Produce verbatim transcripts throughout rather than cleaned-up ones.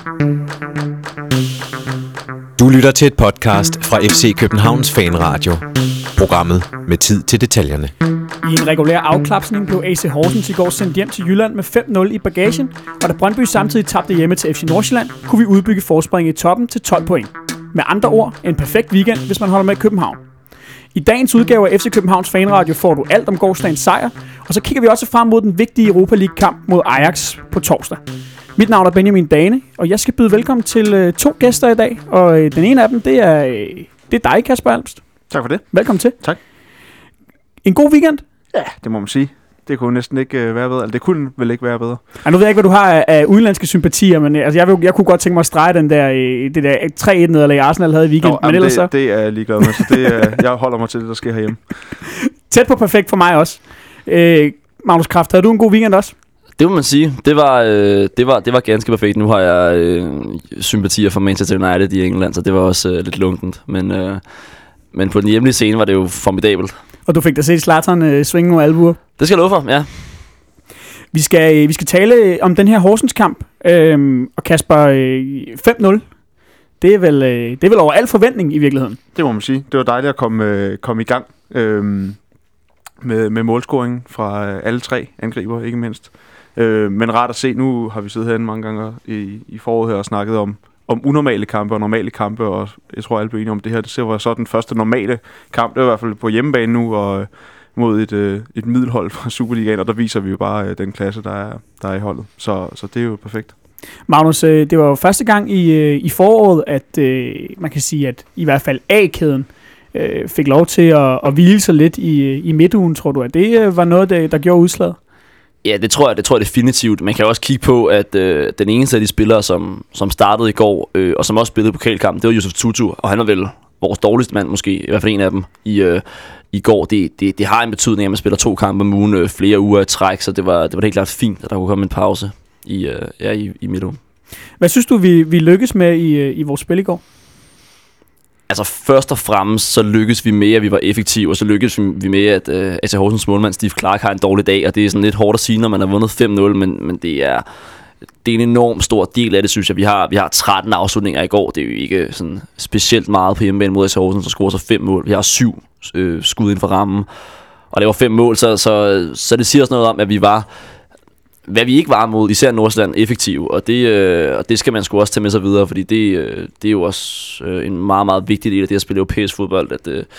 Du lytter til et podcast fra F C Københavns Fanradio. Programmet med tid til detaljerne. I en regulær afklapsning blev A C Horsens i går sendt hjem til Jylland med fem nul i bagagen, og da Brøndby samtidig tabte hjemme til F C Nordsjælland, kunne vi udbygge forspringet i toppen til tolv point. Med andre ord, en perfekt weekend, hvis man holder med København. I dagens udgave af F C Københavns Fanradio får du alt om gårsdagens sejr, og så kigger vi også frem mod den vigtige Europa League-kamp mod Ajax på torsdag. Mit navn er Benjamin Dane, og jeg skal byde velkommen til øh, to gæster i dag, og øh, den ene af dem, det er, øh, det er dig, Kasper Almst. Tak for det. Velkommen til. Tak. En god weekend? Ja, det må man sige. Det kunne næsten ikke øh, være bedre. Altså, det kunne vel ikke være bedre. Ej, nu ved jeg ikke, hvad du har af, af udenlandske sympatier, men altså, jeg, vil, jeg kunne godt tænke mig at strege den der, øh, det der tre et nederlag Arsenal havde i weekenden. Nå, men ellers det, så... det er jeg ligeglad med, så det, øh, jeg holder mig til det, der sker herhjemme. Tæt på perfekt for mig også. Øh, Magnus Kraft, havde du en god weekend også? Det må man sige. Det var, øh, det var, det var ganske perfekt. Nu har jeg øh, sympatier for Manchester United i England, så det var også øh, lidt lunkent. Men, øh, men på den hjemlige scene var det jo formidabelt. Og du fik da set Zlatan øh, svinge nogle albuer. Det skal jeg love for, ja. Vi skal, vi skal tale om den her Horsens kamp. Øhm, og Kasper, øh, fem nul. Det er, vel, øh, det er vel over al forventning i virkeligheden. Det må man sige. Det var dejligt at komme, øh, komme i gang øh, med, med målscoringen fra øh, alle tre angriber, ikke mindst. Øh, men rart at se, nu har vi siddet herinde mange gange i, i foråret her og snakket om, om unormale kampe og normale kampe, og jeg tror alle bliver enige om det her. Det ser var så den første normale kamp, det er i hvert fald på hjemmebane nu, og mod et, øh, et middelhold fra Superligaen, og der viser vi jo bare øh, den klasse, der er, der er i holdet. Så, så det er jo perfekt. Magnus, øh, det var jo første gang i, øh, i foråret, at øh, man kan sige, at i hvert fald A-kæden øh, fik lov til at, at hvile sig lidt i, i midtugen, tror du, at det øh, var noget, der, der gjorde udslaget? Ja, det tror jeg, det tror jeg definitivt. Man kan også kigge på, at øh, den eneste af de spillere, som, som startede i går, øh, og som også spillede pokalkampen, det var Yusuf Tutu, og han var vel vores dårligste mand måske, i hvert fald en af dem, i, øh, i går. Det, det, det har en betydning, at man spiller to kampe om ugen, øh, flere uger i træk, så det var, det var helt klart fint, at der kunne komme en pause i, øh, ja, i, i midtugen. Hvad synes du, vi, vi lykkes med i, i vores spil i går? Altså først og fremmest, så lykkedes vi med, at vi var effektive, og så lykkedes vi med, at øh, A C Horsens målmand Steve Clark har en dårlig dag, og det er sådan lidt hårdt at sige, når man har vundet fem nul, men, men det er... Det er en enorm stor del af det, synes jeg. Vi har, vi har tretten afslutninger i går. Det er jo ikke sådan specielt meget på hjemmebane mod A C Horsens, så scorer så fem mål. Vi har syv øh, skud inden for rammen, og det var fem mål, så, så, så det siger også noget om, at vi var, hvad vi ikke var mod, især Nordsjælland, effektive. Og det, øh, og det skal man sgu også tage med sig videre, fordi det, øh, det er jo også øh, en meget, meget vigtig del af det at spille europæisk fodbold. At, øh,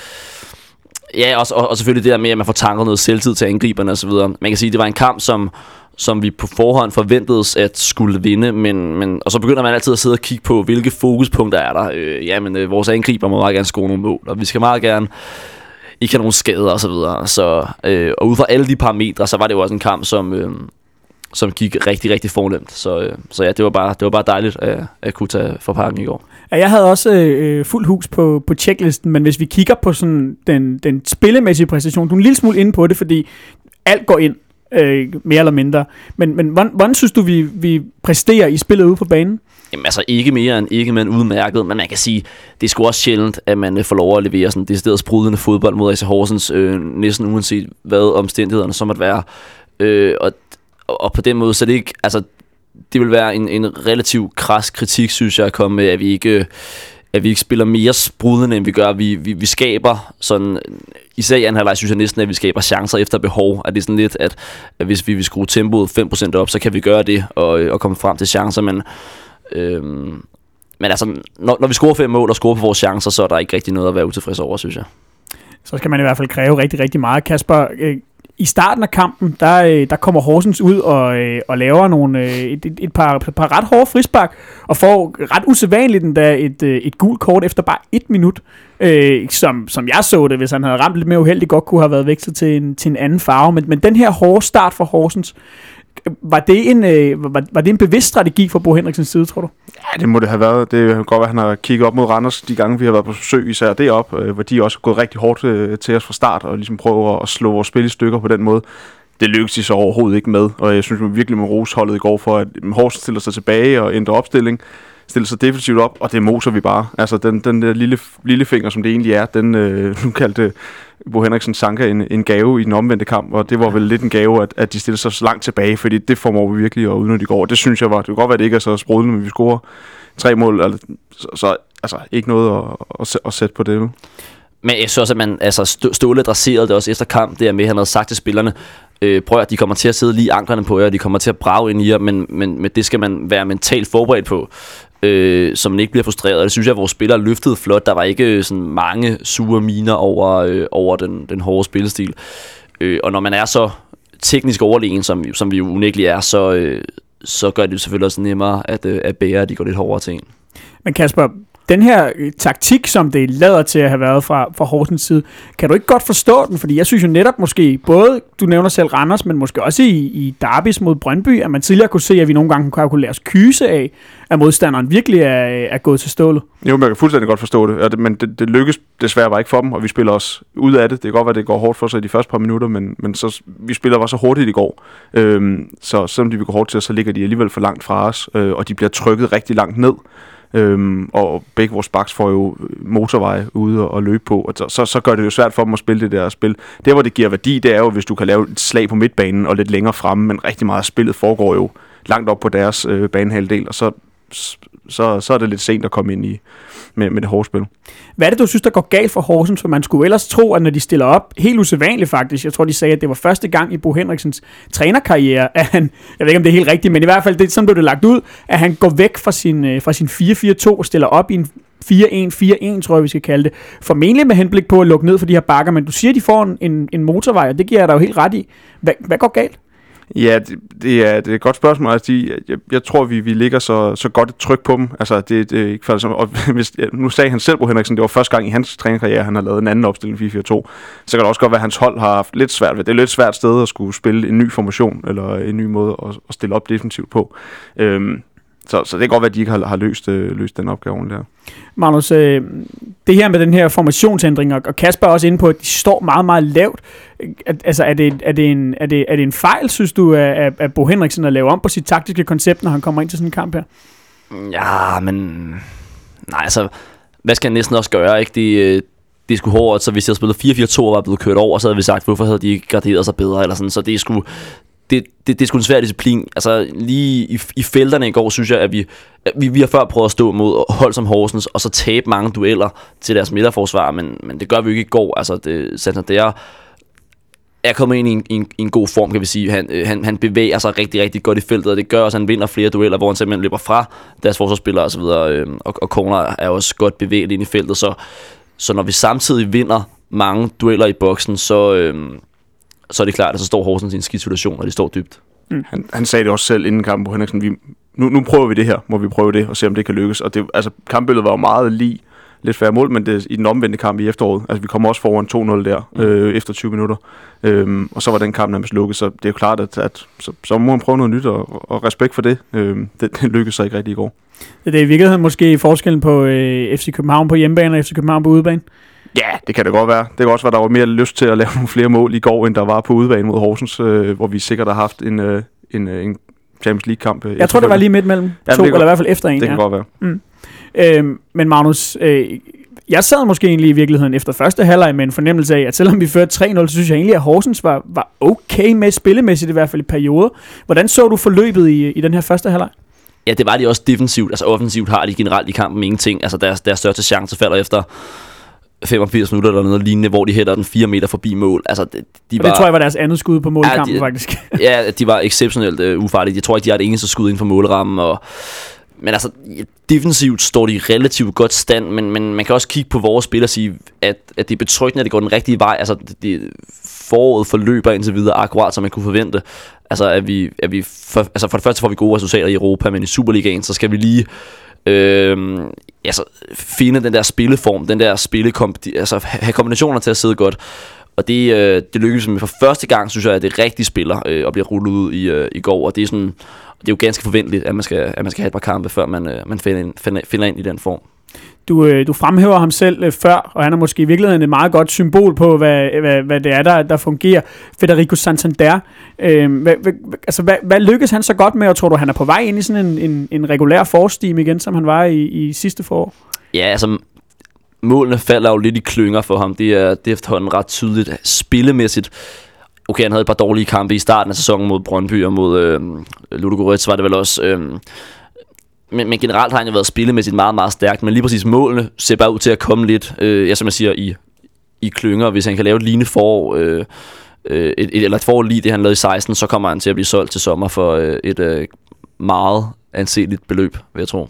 ja, også, og, og selvfølgelig det der med, at man får tanket noget selvtid til angriberne osv. Man kan sige, at det var en kamp, som... som vi på forhånd forventedes at skulle vinde, men, men, og så begynder man altid at sidde og kigge på, hvilke fokuspunkter er der. Øh, jamen, øh, vores angriber må meget gerne score nogle mål, og vi skal meget gerne ikke have nogle skader og så videre. Så, øh, og ud fra alle de parametre, så var det jo også en kamp, som, øh, som gik rigtig, rigtig fornemt. Så, øh, så ja, det var bare, det var bare dejligt at, at kunne tage for pakken i går. Ja, jeg havde også øh, fuld hus på, på checklisten, men hvis vi kigger på sådan den, den spillemæssige præstation, du er en lille smule inde på det, fordi alt går ind. Øh, mere eller mindre. Men, men hvordan, hvordan synes du, vi, vi præsterer i spillet ude på banen? Jamen altså ikke mere end ikke, men udmærket. Men man kan sige, det er sgu også sjældent, at man får lov at levere sådan decideret sprudlende fodbold mod A C Horsens, øh, næsten uanset hvad omstændighederne så måtte være. Øh, og, og på den måde, så det ikke, altså det vil være en, en relativt kras kritik, synes jeg, at komme med, at vi ikke... at vi ikke spiller mere sprudlende, end vi gør. Vi, vi, vi skaber sådan, især i anden halvleg, synes jeg næsten, at vi skaber chancer efter behov. At det er sådan lidt, at, at hvis vi vil skrue tempoet fem procent op, så kan vi gøre det og, og komme frem til chancer. Men, øhm, men altså, når, når vi scorer fem mål og scorer på vores chancer, så er der ikke rigtig noget at være utilfreds over, synes jeg. Så skal man i hvert fald kræve rigtig, rigtig meget. Kasper, øh, i starten af kampen, der, der kommer Horsens ud og, og laver nogle, et, et, et, par, et par ret hårde frispark, og får ret usædvanligt endda et, et gult kort efter bare et minut, øh, som, som jeg så det, hvis han havde ramt lidt mere uheldigt, godt kunne have været vekslet til en, til en anden farve. Men, men den her hårde start for Horsens, var det en, øh, var, var det en bevidst strategi fra Bo Henriksens side, tror du? Ja, det må det have været. Det kan godt være, at han har kigget op mod Randers de gange, vi har været på besøg, især derop, øh, hvor de også har gået rigtig hårdt øh, til os fra start, og ligesom prøver at slå vores spil i stykker på den måde. Det lykkedes de så overhovedet ikke med, og jeg synes man virkelig, man rose holdet i går for, at Horsens stiller sig tilbage og ændrer opstilling, stille sig defensivt op, og det moser vi bare. Altså den, den der lille, lille finger, som det egentlig er, den øh, nu kaldte Bo Henriksen Sanka en, en gave i den omvendte kamp, og det var vel lidt en gave, at, at de stillede sig så langt tilbage, fordi det formår vi virkelig at udnytte i går. Det synes jeg var, det kunne godt være, at det ikke er så sprudlende, men vi scorer tre mål, altså, så, så altså ikke noget at, at, at sætte på det. Men jeg synes også, at man, altså Ståle adresserede det også efter kamp, det er med, at han havde sagt til spillerne, øh, prøv at de kommer til at sidde lige anklerne på jer, og de kommer til at brage ind i jer, men, men, men det skal man være mentalt forberedt på, øh, så man ikke bliver frustreret. Og det synes jeg, at vores spillere løftede flot. Der var ikke sådan mange sure miner over, øh, over den, den hårde spillestil. Øh, og når man er så teknisk overlegen, som, som vi jo unægteligt er, så, øh, så gør det jo selvfølgelig også nemmere at, øh, at bære, at de går lidt hårdere til en. Men Kasper, den her øh, taktik, som det lader til at have været fra, fra Horsens side, kan du ikke godt forstå den? Fordi jeg synes jo netop måske, både du nævner selv Randers, men måske også i, i derbys mod Brøndby, at man tidligere kunne se, at vi nogle gange kunne lade os kyse af, at modstanderen virkelig er, er gået til stålet. Jo, men jeg kan fuldstændig godt forstå det, men det, det lykkes desværre bare ikke for dem, og vi spiller også ud af det. Det kan godt være, at det går hårdt for sig i de første par minutter, men, men så, vi spiller bare så hurtigt i går. Øhm, så selvom de vil gå hårdt til, så ligger de alligevel for langt fra os, øh, og de bliver trykket rigtig langt ned. Øhm, og begge vores backs får jo motorveje ude og løbe på, og så, så gør det jo svært for dem at spille det der spil. Der hvor det giver værdi, det er jo hvis du kan lave et slag på midtbanen og lidt længere fremme, men rigtig meget af spillet foregår jo langt op på deres øh, banehalvdel, og så, så, så er det lidt sent at komme ind i med, med det hårde spil. Hvad er det, du synes, der går galt for Horsens? For man skulle ellers tro, at når de stiller op, helt usædvanligt faktisk, jeg tror, de sagde, at det var første gang i Bo Henriksens trænerkarriere, at han, jeg ved ikke, om det er helt rigtigt, men i hvert fald, det, sådan blev det lagt ud, at han går væk fra sin, fra sin fire fire to og stiller op i en fire en fire en, tror jeg, vi skal kalde det. Formentlig med henblik på at lukke ned for de her bakker, men du siger, at de får en, en motorvej, og det giver jeg dig jo helt ret i. Hvad, hvad går galt? Ja, det, det, er, det er et godt spørgsmål. Altså, de, jeg, jeg tror, vi, vi ligger så, så godt et tryk på dem. Altså, det, det er ikke faldet som... Og hvis, nu sagde han selv, Bo Henriksen, det var første gang i hans trænerkarriere, han har lavet en anden opstilling fire fire to. Så kan det også godt være, at hans hold har haft lidt svært ved. Det er et lidt svært sted at skulle spille en ny formation, eller en ny måde at, at stille op defensivt på. Øhm, Så, så det kan godt være, at de ikke har, har løst, øh, løst den opgave der. Magnus, øh, det her med den her formationsændring, og Kasper er også inde på, at de står meget, meget lavt. Altså, er det, er det, en, er det, er det en fejl, synes du, af, af Bo Henriksen at lave om på sit taktiske koncept, når han kommer ind til sådan en kamp her? Ja, men... Nej, altså... Hvad skal han næsten også gøre, ikke? Det, det er sgu hårdt, så hvis jeg havde spillet fire fire to og var blevet kørt over, så havde vi sagt, hvorfor havde de ikke graderet sig bedre, eller sådan. Så det er sgu... Det, det, det er sgu en svær disciplin. Altså lige i, i felterne i går, synes jeg, at vi, at vi, vi har før prøvet at stå mod hold som Horsens, og så tabe mange dueller til deres midterforsvar, men, men det gør vi jo ikke i går. Altså det, Santander er kommet ind i en, i, en, i en god form, kan vi sige. Han, han, han bevæger sig rigtig, rigtig godt i feltet, og det gør også, at han vinder flere dueller, hvor han simpelthen løber fra deres forsvarsspillere osv., og, og, og corner er også godt bevæget ind i feltet. Så, så når vi samtidig vinder mange dueller i boksen, så... Øhm, så er det klart, at så står Horsens i en skidt situation, og de står dybt. Mm. Han, han sagde det også selv inden kampen på Henriksen. Vi, nu, nu prøver vi det her, må vi prøve det, og se om det kan lykkes. Og det, altså, kampbilledet var jo meget lige lidt færre mål, men det i den omvendte kamp i efteråret. Altså, vi kommer også foran to nul der, mm. øh, efter tyve minutter. Øhm, og så var den kamp nærmest lukket, så det er jo klart, at, at så, så må man prøve noget nyt, og, og respekt for det. Øhm, det, det lykkedes sig ikke rigtig i går. Det er i virkeligheden måske forskellen på øh, F C København på hjemmebane og F C København på udebane? Ja, det kan det godt være. Det kan også være, der var mere lyst til at lave nogle flere mål i går, end der var på udebane mod Horsens, øh, hvor vi sikkert har haft en, øh, en, en Champions League-kamp. Øh, jeg tror, det var lige midt mellem ja, to, eller i hvert fald efter en. Det kan ja. godt være. Mm. Øhm, men Magnus, øh, jeg sad måske egentlig i virkeligheden efter første halvleg med en fornemmelse af, at selvom vi førte tre nul, så synes jeg egentlig, at Horsens var, var okay med spillemæssigt, i hvert fald i perioder. Hvordan så du forløbet i, i den her første halvleg? Ja, det var de også defensivt. Altså offensivt har de generelt i kampen ingenting. Altså deres, deres største chance falder efter femogfirs minutter eller noget lignende, hvor de hætter den fire meter forbi mål. Altså, de, de og var, det tror jeg var deres andet skud på målkampen, ja, de, faktisk. Ja, de var exceptionelt uh, ufarlige. Jeg tror ikke, de har et eneste skud inden for målrammen. Og, men altså, defensivt står de relativt godt stand, men, men man kan også kigge på vores spil og sige, at, at det er betryggende, at det går den rigtige vej. Altså, det, det, foråret forløber indtil videre akkurat, som man kunne forvente. Altså, at vi, at vi for, altså for det første får vi gode resultater i Europa, men i Superligaen, så skal vi lige Øhm, altså finde den der spilleform, den der spillekom, altså have kombinationer til at sidde godt. Og det, øh, det lykkedes med for første gang, synes jeg, at det rigtige spiller øh, og bliver rullet ud i, øh, i går. Og det er sådan, det er jo ganske forventeligt, at man skal, at man skal have et par kampe, før man, øh, man finder, ind, finder, finder ind i den form. Du, øh, du fremhæver ham selv øh, før, og han er måske i virkeligheden et meget godt symbol på, hvad, hvad, hvad det er, der, der fungerer. Federico Santander. Øh, hvad, hvad, altså, hvad, hvad lykkes han så godt med, og tror du, han er på vej ind i sådan en, en, en regulær forstime igen, som han var i, i sidste forår? Ja, altså målene falder jo lidt i klynger for ham. Det er, det er efterhånden ret tydeligt spillemæssigt. Okay, han havde et par dårlige kampe i starten af sæsonen mod Brøndby og mod øh, Ludogorets, var det vel også. Øh, men, men generelt har han jo været spillemæssigt meget, meget stærkt. Men lige præcis målene ser bare ud til at komme lidt, øh, ja, som jeg siger, i, i klynger. Hvis han kan lave et lignende forår, øh, et, et, eller et forår lige det, han lavede i seksten, så kommer han til at blive solgt til sommer for øh, et øh, meget anseligt beløb, vil jeg tro.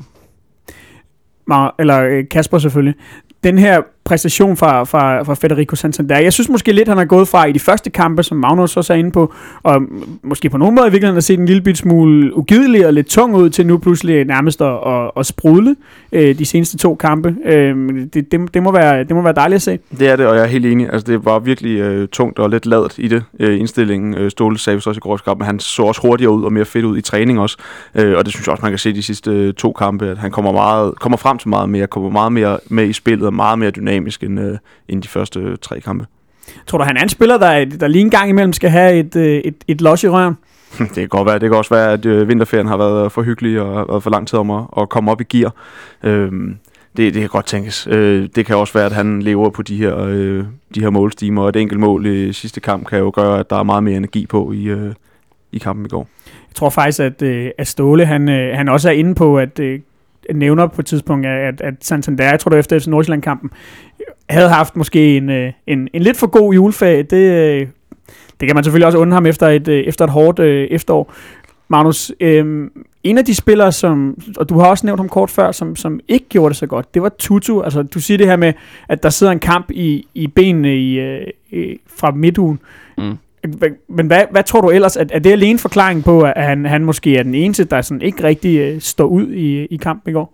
Eller Kasper selvfølgelig. Den her præstation fra, fra, fra Federico Santander, jeg synes måske lidt, han har gået fra i de første kampe, som Magnus også er inde på, og måske på nogen måde i virkeligheden har set en lille bit smule ugidelig og lidt tung ud til nu pludselig nærmest at, at, at sprudle øh, de seneste to kampe. Øh, det, det, det, må være, det må være dejligt at se. Det er det, og jeg er helt enig. Altså, det var virkelig øh, tungt og lidt ladet i det. Øh, indstillingen øh, Ståle sagde også i gårdskamp, men han så også hurtigere ud og mere fedt ud i træning også. Øh, og det synes jeg også, man kan se de sidste øh, to kampe, at han kommer, meget, kommer frem til meget mere, kommer meget mere med i spillet og meget mere dynamisk end, øh, end de første øh, tre kampe. Tror du, han er en spiller, der, der lige en gang imellem skal have et, øh, et, et los i røven? Det kan godt være. Det kan også være, at øh, vinterferien har været for hyggelig og har været for lang tid om at, at komme op i gear. Øh, det, det kan godt tænkes. Øh, det kan også være, at han lever på de her, øh, de her målstimer, og et enkelt mål i sidste kamp kan jo gøre, at der er meget mere energi på i, øh, i kampen i går. Jeg tror faktisk, at, øh, at Ståle han, øh, han også er inde på, at øh, nævner på et tidspunkt, at, at Santander, jeg tror det efter F C Nordsjælland-kampen, havde haft måske en, en, en lidt for god juleferie. Det, det kan man selvfølgelig også undre ham efter et, efter et hårdt øh, efterår. Magnus, øh, en af de spillere, som, og du har også nævnt ham kort før, som, som ikke gjorde det så godt, det var Tutu. Altså, du siger det her med, at der sidder en kamp i, i benene i, øh, fra midtugen. Mm. Men hvad, hvad tror du ellers? Er, er det alene forklaring på, at han, han måske er den eneste, der sådan ikke rigtig øh, står ud i, i kampen i går?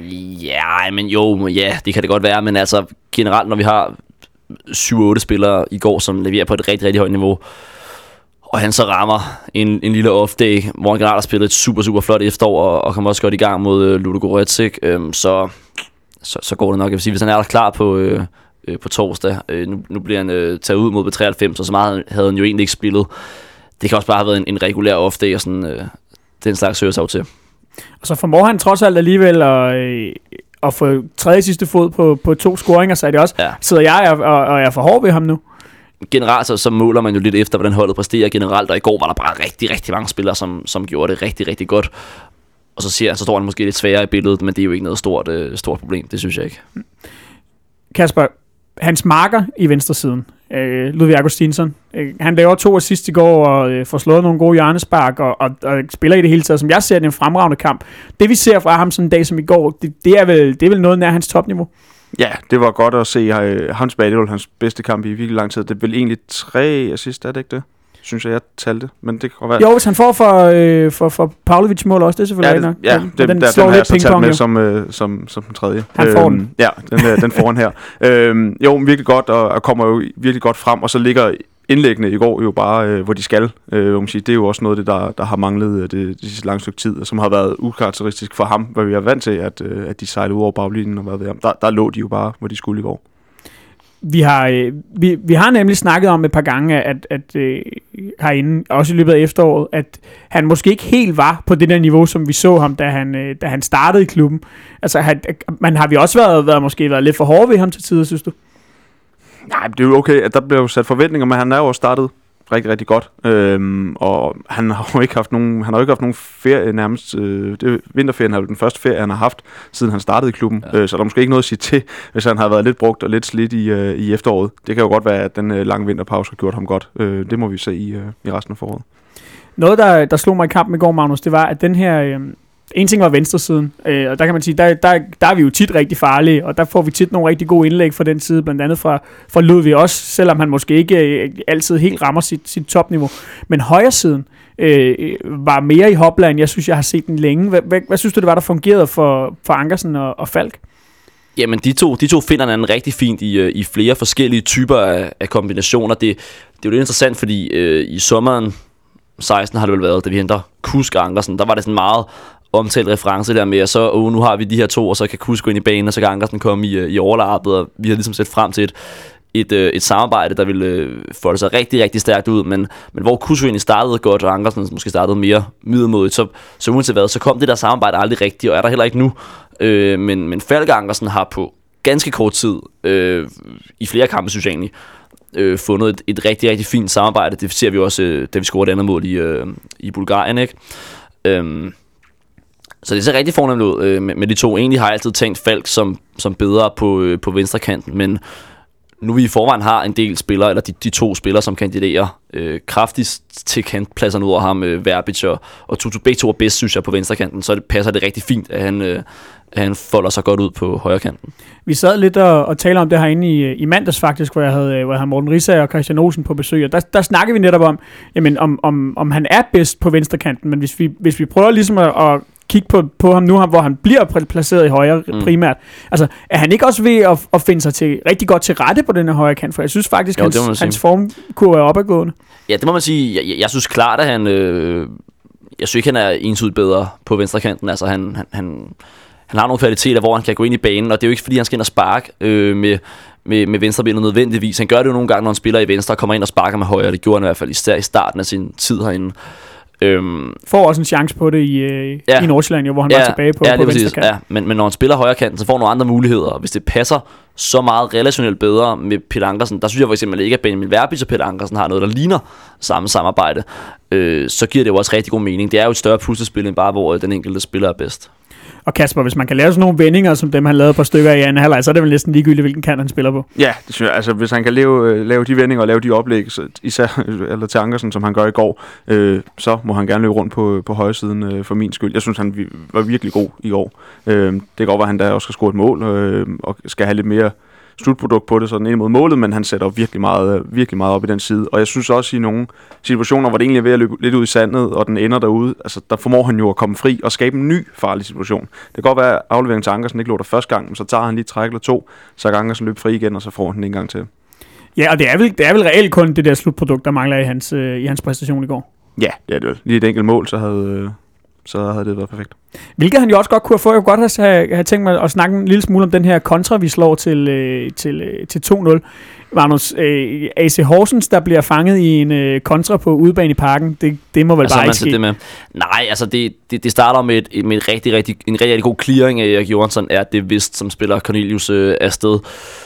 Ja, men jo, ja, det kan det godt være, men altså generelt, når vi har syv otte spillere i går, som leverer på et rigtig, rigtig højt niveau, og han så rammer en, en lille off-day, hvor han generelt har spillet et super, super flot efterår, og, og kommer også godt i gang mod øh, Ludogorets, øhm, så, så, så går det nok. Jeg vil sige, hvis han er der klar på, øh, øh, på torsdag, øh, nu, nu bliver han øh, taget ud mod B treoghalvfems, og så meget havde han jo egentlig ikke spillet. Det kan også bare have været en, en regulær off-day, og sådan, øh, den slags hører sig af til. Og så formår han trods alt alligevel at, øh, at få tredje sidste fod på, på to scoringer, så er det også, ja. Sidder jeg og, og, og jeg er for hård ved ham nu. Generelt så, så måler man jo lidt efter, hvordan holdet præsterer generelt, og i går var der bare rigtig, rigtig mange spillere, som, som gjorde det rigtig, rigtig godt. Og så, siger, så står han måske lidt sværere i billedet, men det er jo ikke noget stort, øh, stort problem, det synes jeg ikke. Kasper, hans marker i venstresiden, øh, Ludvig Augustinsson, øh, han laver to assist i går og øh, får slået nogle gode hjørnespark og, og, og spiller i det hele taget, som jeg ser, det er en fremragende kamp. Det vi ser fra ham sådan en dag som i går, det, det, er, vel, det er vel noget nær hans topniveau? Ja, det var godt at se uh, Hans Badel, hans bedste kamp i virkelig lang tid. Det er vel egentlig tre assist, er det ikke det? Synes jeg, jeg talte, men det kan være. Jo, hvis han får for, øh, for, for Pavlovic mål også, det er selvfølgelig ja, nok. Ja, den, den, den, der, den har jeg så talt med som, øh, som, som den tredje. Han får den. Øhm, ja, den, øh, den får han her. Øhm, jo, virkelig godt, og, og kommer jo virkelig godt frem, og så ligger indlæggene i går jo bare, øh, hvor de skal. Øh, man sige, det er jo også noget af det, der, der har manglet det, det sidste lange stykke tid, og som har været ukarakteristisk for ham, hvor vi er vant til, at, øh, at de sejlede ud over baglinjen og været ved ham. Der, der lå de jo bare, hvor de skulle i går. Vi har, øh, vi, vi har nemlig snakket om et par gange, at, at øh, herinde, også i løbet af efteråret, at han måske ikke helt var på det der niveau, som vi så ham, da han, øh, da han startede i klubben. Altså, han, man har vi også været, været, måske været lidt for hårde ved ham til tider, synes du? Nej, det er jo okay, at der bliver jo sat forventninger, men han er jo også startet rigtig, rigtig godt. Øhm, og han har jo ikke haft nogen, han har jo ikke haft nogen ferie nærmest. Øh, det, vinterferien er jo den første ferie, han har haft, siden han startede i klubben. Ja. Øh, så der er måske ikke noget at sige til, hvis han har været lidt brugt og lidt slidt i, øh, i efteråret. Det kan jo godt være, at den øh, lange vinterpause har gjort ham godt. Øh, det må vi se i, øh, i resten af foråret. Noget, der, der slog mig i kampen i går, Magnus, det var, at den her... Øh, en ting var venstresiden, øh, og der kan man sige, der, der, der er vi jo tit rigtig farlige, og der får vi tit nogle rigtig gode indlæg fra den side, blandt andet fra, fra Ludvig også, selvom han måske ikke øh, altid helt rammer sit, sit topniveau. Men højre siden øh, var mere i hopla, end jeg synes, jeg har set den længe. Hvad, hvad, hvad synes du, det var, der fungerede for, for Ankersen og, og Falk? Jamen, de to, de to finder hinanden rigtig fint i, i flere forskellige typer af, af kombinationer. Det, det er jo lidt interessant, fordi øh, i sommeren seksten har det vel været, da vi henter Kusk og Ankersen, der var det sådan meget omtalt reference der med, at så, oh, nu har vi de her to, og så kan Kuss gå ind i banen, og så kan Ankersen komme i, i overlappet, og vi har ligesom set frem til et, et, et samarbejde, der ville folde sig rigtig, rigtig stærkt ud, men, men hvor Kuss egentlig startede godt, og Ankersen måske startede mere middelmådigt, så, så uanset hvad, så kom det der samarbejde aldrig rigtigt, og er der heller ikke nu. Øh, men, men Falk Ankersen har på ganske kort tid, øh, i flere kampe, synes jeg egentlig, øh, fundet et, et rigtig, rigtig fint samarbejde. Det ser vi også, øh, da vi scorede et andet mål i, øh, i Bulgarien, ikke? Øh, så det ser rigtig fornemt ud øh, med, med de to. Egentlig har jeg altid tænkt Falk som, som bedre på, øh, på venstrekanten, men nu vi i forvejen har en del spillere, eller de, de to spillere, som kandiderer øh, kraftigst til kantpladserne ud af ham, øh, Verbic og, og Tutu. Begge to er bedst, synes jeg, på venstrekanten, så det passer det rigtig fint, at han, øh, at han folder sig godt ud på højrekanten. Vi sad lidt og, og talte om det herinde i, i mandags faktisk, hvor jeg havde, hvor jeg havde Morten Risager og Christian Olsen på besøg, og der, der snakkede vi netop om, jamen, om, om, om han er bedst på venstrekanten, men hvis vi, hvis vi prøver ligesom at, at kigge på, på ham nu, hvor han bliver placeret i højre mm. primært. Altså, er han ikke også ved at, at finde sig til, rigtig godt til rette på den her højre kant? For jeg synes faktisk, at hans, hans formkurve er opadgående. Ja, det må man sige. Jeg, jeg, jeg synes klart, at han... Øh, jeg synes ikke, han er entydigt bedre på venstrekanten. Altså, han, han, han, han har nogle kvaliteter, hvor han kan gå ind i banen, og det er jo ikke, fordi han skal ind og sparke øh, med, med, med venstrebenet nødvendigvis. Han gør det jo nogle gange, når han spiller i venstre og kommer ind og sparker med højre. Det gjorde han i hvert fald især i starten af sin tid herinde. Øhm, får også en chance på det i, øh, ja. i Nordsjælland, hvor han ja, var tilbage på, ja, på venstre kant. Ja, men, men når han spiller højre kanten, så får han nogle andre muligheder. Og hvis det passer så meget relationelt bedre med Peter Ankersen, der synes jeg for eksempel ikke, at Benjamin Verbic og Peter Ankersen har noget, der ligner samme samarbejde, øh, så giver det jo også rigtig god mening. Det er jo et større puslespil end bare, hvor den enkelte spiller er bedst. Og Kasper, hvis man kan lave sådan nogle vendinger, som dem han lavede på stykker i anden halvleg, så er det vel næsten ligegyldigt, hvilken kant han spiller på. Ja, det synes jeg. Altså, hvis han kan lave, lave de vendinger og lave de oplæg, så, især eller til Ankersen, som han gør i går, øh, så må han gerne løbe rundt på, på højre siden øh, for min skyld. Jeg synes, han var virkelig god i går. Øh, det kan godt være, at han der også skal score et mål, øh, og skal have lidt mere slutprodukt på det, sådan ind mod målet, men han sætter virkelig meget, virkelig meget op i den side. Og jeg synes også i nogle situationer, hvor det egentlig er ved at løbe lidt ud i sandet, og den ender derude, altså der formår han jo at komme fri og skabe en ny farlig situation. Det kan godt være, at afleveringen til Ankersen ikke lå der første gang, men så tager han lige et træk eller to, så kan Ankersen løbe fri igen, og så får han den en gang til. Ja, og det er vel, det er vel reelt kun det der slutprodukt, der mangler i hans, øh, i hans præstation i går. Ja, det er det vel. Lige et enkelt mål, så havde... Øh så havde det været perfekt. Hvilket han jo også godt kunne have fået. Jeg kunne godt have, have tænkt mig at snakke en lille smule om den her kontra, vi slår til, øh, til, øh, til to nul. Magnus, øh, A C Horsens, der bliver fanget i en øh, kontra på udebane i Parken, det, det må vel altså, bare ikke ske? Det med, nej, altså det, det, det starter med, et, med et rigtig, rigtig, en rigtig, rigtig god clearing af Erik Johansson, er det vist, som spiller Cornelius øh, afsted.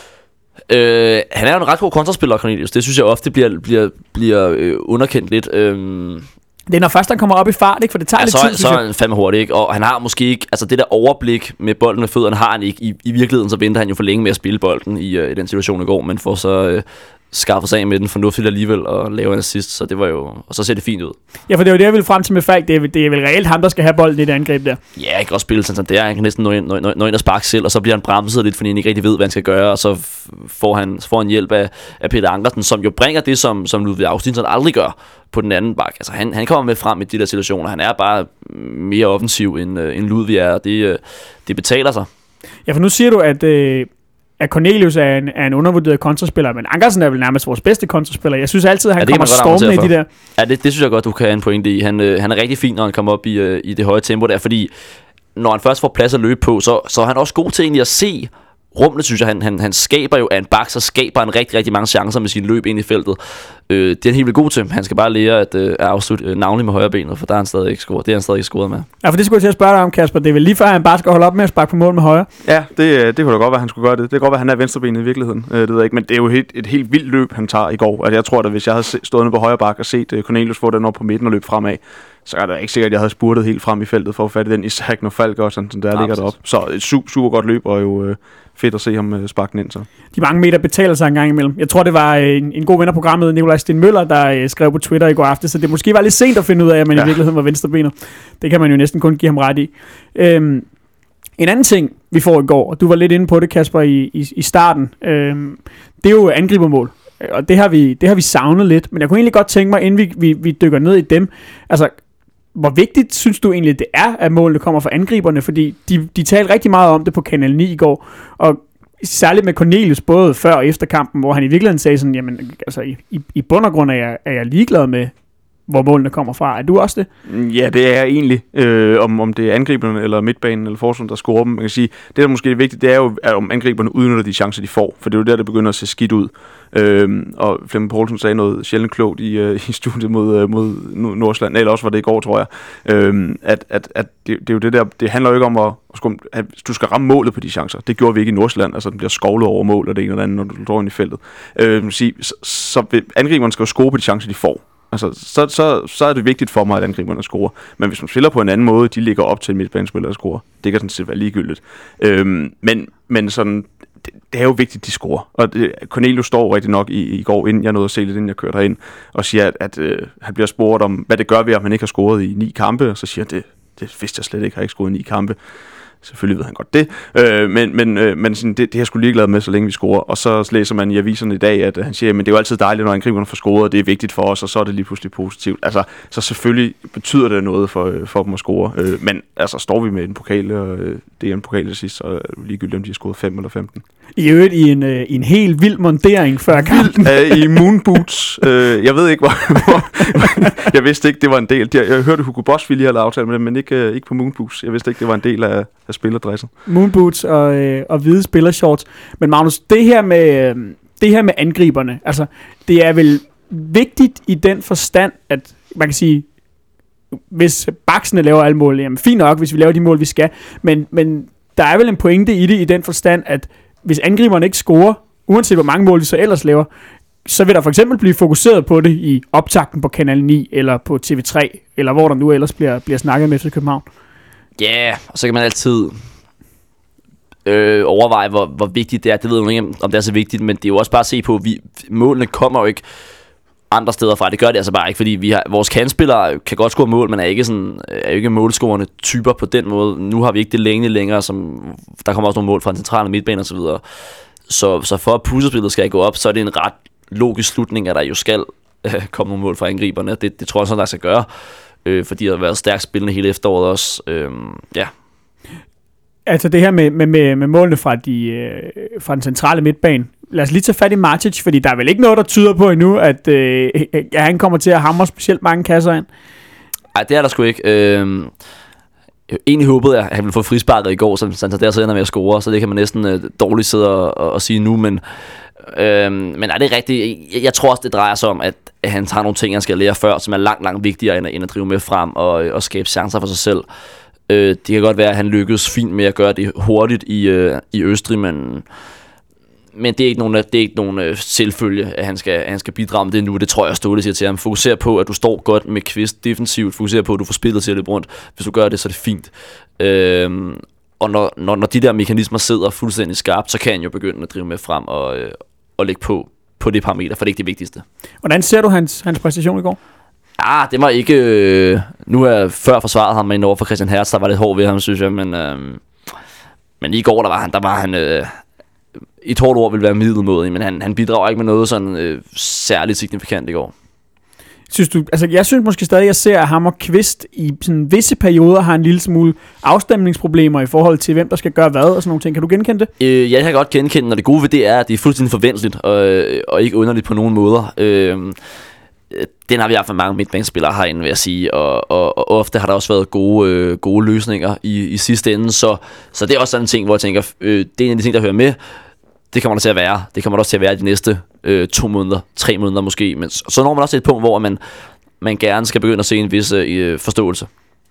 Øh, han er jo en ret god kontraspiller, Cornelius. Det synes jeg ofte bliver, bliver, bliver øh, underkendt lidt. Øh, Det er når først han kommer op i fart, ikke? For det tager ja, lidt så, tid. Så er han fandme hurtigt, ikke? Og han har måske ikke, altså det der overblik med bolden med fødderne har han ikke. I, i virkeligheden så venter han jo for længe med at spille bolden i, uh, i den situation i går, men får så uh, skaffet sig af med den fornuftigt alligevel og lave en assist, så det var jo, og så ser det fint ud. Ja, for det er jo det, jeg vil frem til med Falk. Det er, det er vel reelt ham, der skal have bolden i det angreb der. Ja, jeg kan også spille sådan der. Han kan næsten nå ind, nå, nå ind og sparke selv, og så bliver han bremset lidt, fordi han ikke rigtig ved, hvad han skal gøre, og så får han, så får han hjælp af, af Peter Ankersen, som jo bringer det, som, som Ludvig Augustinsson aldrig gør på den anden bak. Altså han, han kommer med frem i de der situationer. Han er bare mere offensiv end, øh, end Ludvig er, og det, øh, det betaler sig. Ja, for nu siger du, at, øh, at Cornelius er en, er en undervurderet kontraspiller, men Ankersen er vel nærmest vores bedste kontraspiller. Jeg synes altid, at han ja, kommer stormende i de der. Ja, det, det synes jeg godt, du kan have en pointe i. Han, øh, han er rigtig fin, når han kommer op i, øh, i det høje tempo der, fordi når han først får plads at løbe på, så, så er han også god til egentlig at se rummene, synes jeg. Han, han, han skaber jo af en bak, så skaber han rigtig, rigtig mange chancer med sin løb ind i feltet. Øh, det er han helt vildt god til. Han skal bare lære at øh, afslutte øh, navnlig med højre benet, for der er han stadig ikke scoret. Det er han stadig ikke scoret med. Ja, for det skulle jeg til at spørge dig om, Kasper. Det er vel lige før, han bare skal holde op med at sparke på mål med højre? Ja, det, det kunne da godt være, at han skulle gøre det. Det kan godt være, at han er venstrebenet i virkeligheden. Øh, det ved jeg ikke, men det er jo et, et helt vildt løb, han tager i går. Altså, jeg tror, at hvis jeg havde stået nede på højre bak og set uh, Cornelius få den op på midten og løbe fremad, så er det ikke sikkert, at jeg havde spurtet helt frem i feltet for at fatte den, især når Falk og sådan, sådan der ja, ligger deroppe. Så et super, super godt løb, og jo øh, fedt at se ham øh, sparke den ind. Så. De mange meter betaler sig en gang imellem. Jeg tror, det var øh, en, en god ven af programmet, Nikolaj Sten Møller, der øh, skrev på Twitter i går aften, så det måske var lidt sent at finde ud af, at man ja. i virkeligheden var venstrebenet. Det kan man jo næsten kun give ham ret i. Øhm, en anden ting, vi får i går, og du var lidt inde på det, Kasper, i, i, i starten, øhm, det er jo angribermål. Og det har, vi, det har vi savnet lidt, men jeg kunne egentlig godt tænke mig, inden vi, vi, vi dykker ned i dem, altså hvor vigtigt synes du egentlig, det er, at målene kommer fra angriberne? Fordi de, de talte rigtig meget om det på Kanal ni i går, og særligt med Cornelius, både før og efter kampen, hvor han i virkeligheden sagde sådan, jamen, altså i, i bund og grund er jeg, er jeg ligeglad med, hvor målene kommer fra. Er du også det? Ja, det er jeg egentlig. Øh, om, om det er angriberne, eller midtbanen, eller forsvaret, der scorer dem. Man kan sige, det der måske er vigtigt, det er jo, at om angriberne udnytter de chancer, de får. For det er jo der, det begynder at se skidt ud. Øh, og Flemming Poulsen sagde noget sjældent klogt i, uh, i studiet mod, uh, mod Nordsjælland, eller også var det i går, tror jeg. Øh, at at, at det, det er jo det der, det handler jo ikke om at, at du skal ramme målet på de chancer. Det gjorde vi ikke i Nordsjælland, altså den bliver skovlet over mål, og det ene eller andet, når du drår ind i feltet. Øh, sige, så, så angriberne skal jo score på de chancer, de får. Altså, så, så, så er det vigtigt for mig, at angriberne scorer. Men hvis man spiller på en anden måde, de ligger op til en midtbanespiller at score. Det kan sådan set være ligegyldigt. Øhm, men, men sådan, det, det er jo vigtigt, at de scorer. Og det, Cornelius står rigtig nok i, i går, inden jeg nåede at se lidt, inden jeg kørte herind, og siger, at, at øh, han bliver spurgt om, hvad det gør ved, at man ikke har scoret i ni kampe. Og så siger han, det, det vidste jeg slet ikke, har ikke scoret i ni kampe. Selvfølgelig ved han godt det, øh, men, men, øh, men sådan, det, det er jeg sgu ligeglad med, så længe vi scorer. Og så læser man i aviserne i dag, at han siger, men det er jo altid dejligt, når angriberne får scoret, og det er vigtigt for os, og så er det lige pludselig positivt. Altså, så selvfølgelig betyder det noget for, for dem at score. Øh, men altså, står vi med en pokal, og øh, det er en pokal til sidst, så er det ligegyldigt, om de har scoret fem eller femten. I øvrigt i en, øh, i en helt vild montering før kampen. Æh, I moonboots. øh, jeg ved ikke, hvor... hvor jeg vidste ikke, det var en del. Jeg, jeg hørte, Hugo Boss ville lige have lavet aftale med dem, men ikke, øh, ikke på moonboots. Jeg vidste ikke, det var en del af, af spillerdressen. Moonboots og, øh, og hvide spillershorts. Men Magnus, det her med, øh, det her med angriberne, altså, det er vel vigtigt i den forstand, at man kan sige, hvis baksene laver alle mål, jamen fint nok, hvis vi laver de mål, vi skal, men, men der er vel en pointe i det i den forstand, at hvis angriberne ikke scorer, uanset hvor mange mål vi så ellers laver, så vil der for eksempel blive fokuseret på det i optakten på Kanal ni, eller på T V tre, eller hvor der nu ellers bliver, bliver snakket med F C København. Ja, yeah, og så kan man altid øh, overveje, hvor, hvor vigtigt det er. Det ved jeg ikke, om det er så vigtigt, men det er jo også bare at se på, at vi, målene kommer jo ikke andre steder fra. Det gør det altså bare ikke, fordi vi har, vores kandspillere kan godt score mål, men er ikke sådan, er jo ikke målscorende typer på den måde. Nu har vi ikke det længe længere, som der kommer også nogle mål fra en centrale midtbane og så videre. Så, så for at puslespillet skal gå op, så er det en ret logisk slutning, at der jo skal øh, komme nogle mål fra angriberne. Det, det tror jeg sådan, der skal gøre, øh, fordi der har været stærkt spillende hele efteråret også. Øh, ja. Altså det her med, med, med, med målene fra, de, øh, fra den centrale midtbane. Lad os lige tage fat i Martic, fordi der er vel ikke noget, der tyder på endnu, at, øh, at han kommer til at hamre specielt mange kasser ind. Nej, det er der sgu ikke. Øh, egentlig håbede jeg, at han ville få frisparket i går, så han der så ender med at score, så det kan man næsten øh, dårligt sidde og, og sige nu, men øh, men er det rigtigt? Jeg, jeg tror også, det drejer sig om, at, at han tager nogle ting, han skal lære før, som er langt, langt vigtigere, end at, end at drive med frem og, og skabe chancer for sig selv. Øh, det kan godt være, at han lykkedes fint med at gøre det hurtigt i, øh, i Østrig, men, men det er ikke nogen, det er ikke nogen øh, selvfølge, at han, skal, at han skal bidrage med det nu. Det tror jeg, Ståle siger til ham. Fokuser på, at du står godt med Kvist defensivt. Fokuser på, at du får spillet til at løbe rundt. Hvis du gør det, så er det fint. Øh, og når, når, når de der mekanismer sidder fuldstændig skarpt, så kan han jo begynde at drive med frem og, øh, og lægge på på det parameter, for det er ikke det vigtigste. Hvordan ser du hans, hans præstation i går? Ah, det var ikke... Øh, nu er jeg før forsvaret ham med over for Christian Hertz, der var lidt hård ved ham, synes jeg, men, øh, men i går, der var han... Der var han øh, i et hårdt ord ville være middelmådig, men han, han bidrager ikke med noget sådan øh, særligt signifikant i går. Synes du, altså jeg synes måske stadig, at jeg ser, at ham og Kvist i sådan visse perioder har en lille smule afstemningsproblemer i forhold til, hvem der skal gøre hvad og sådan nogle ting. Kan du genkende det? Øh, ja, jeg kan godt genkende, og det gode ved det er, at det er fuldstændig forventeligt og, og ikke underligt på nogen måder. Øh, den har vi i hvert fald mange midtbanespillere herinde, vil jeg sige, og, og, og ofte har der også været gode, øh, gode løsninger i, i sidste ende, så, så det er også sådan en ting, hvor jeg tænker, øh, det er en af de ting, der hører med. Det kommer der til at være. Det kommer der også til at være de næste øh, to måneder, tre måneder måske. Men så, så når man også til et punkt, hvor man, man gerne skal begynde at se en vis øh, forståelse.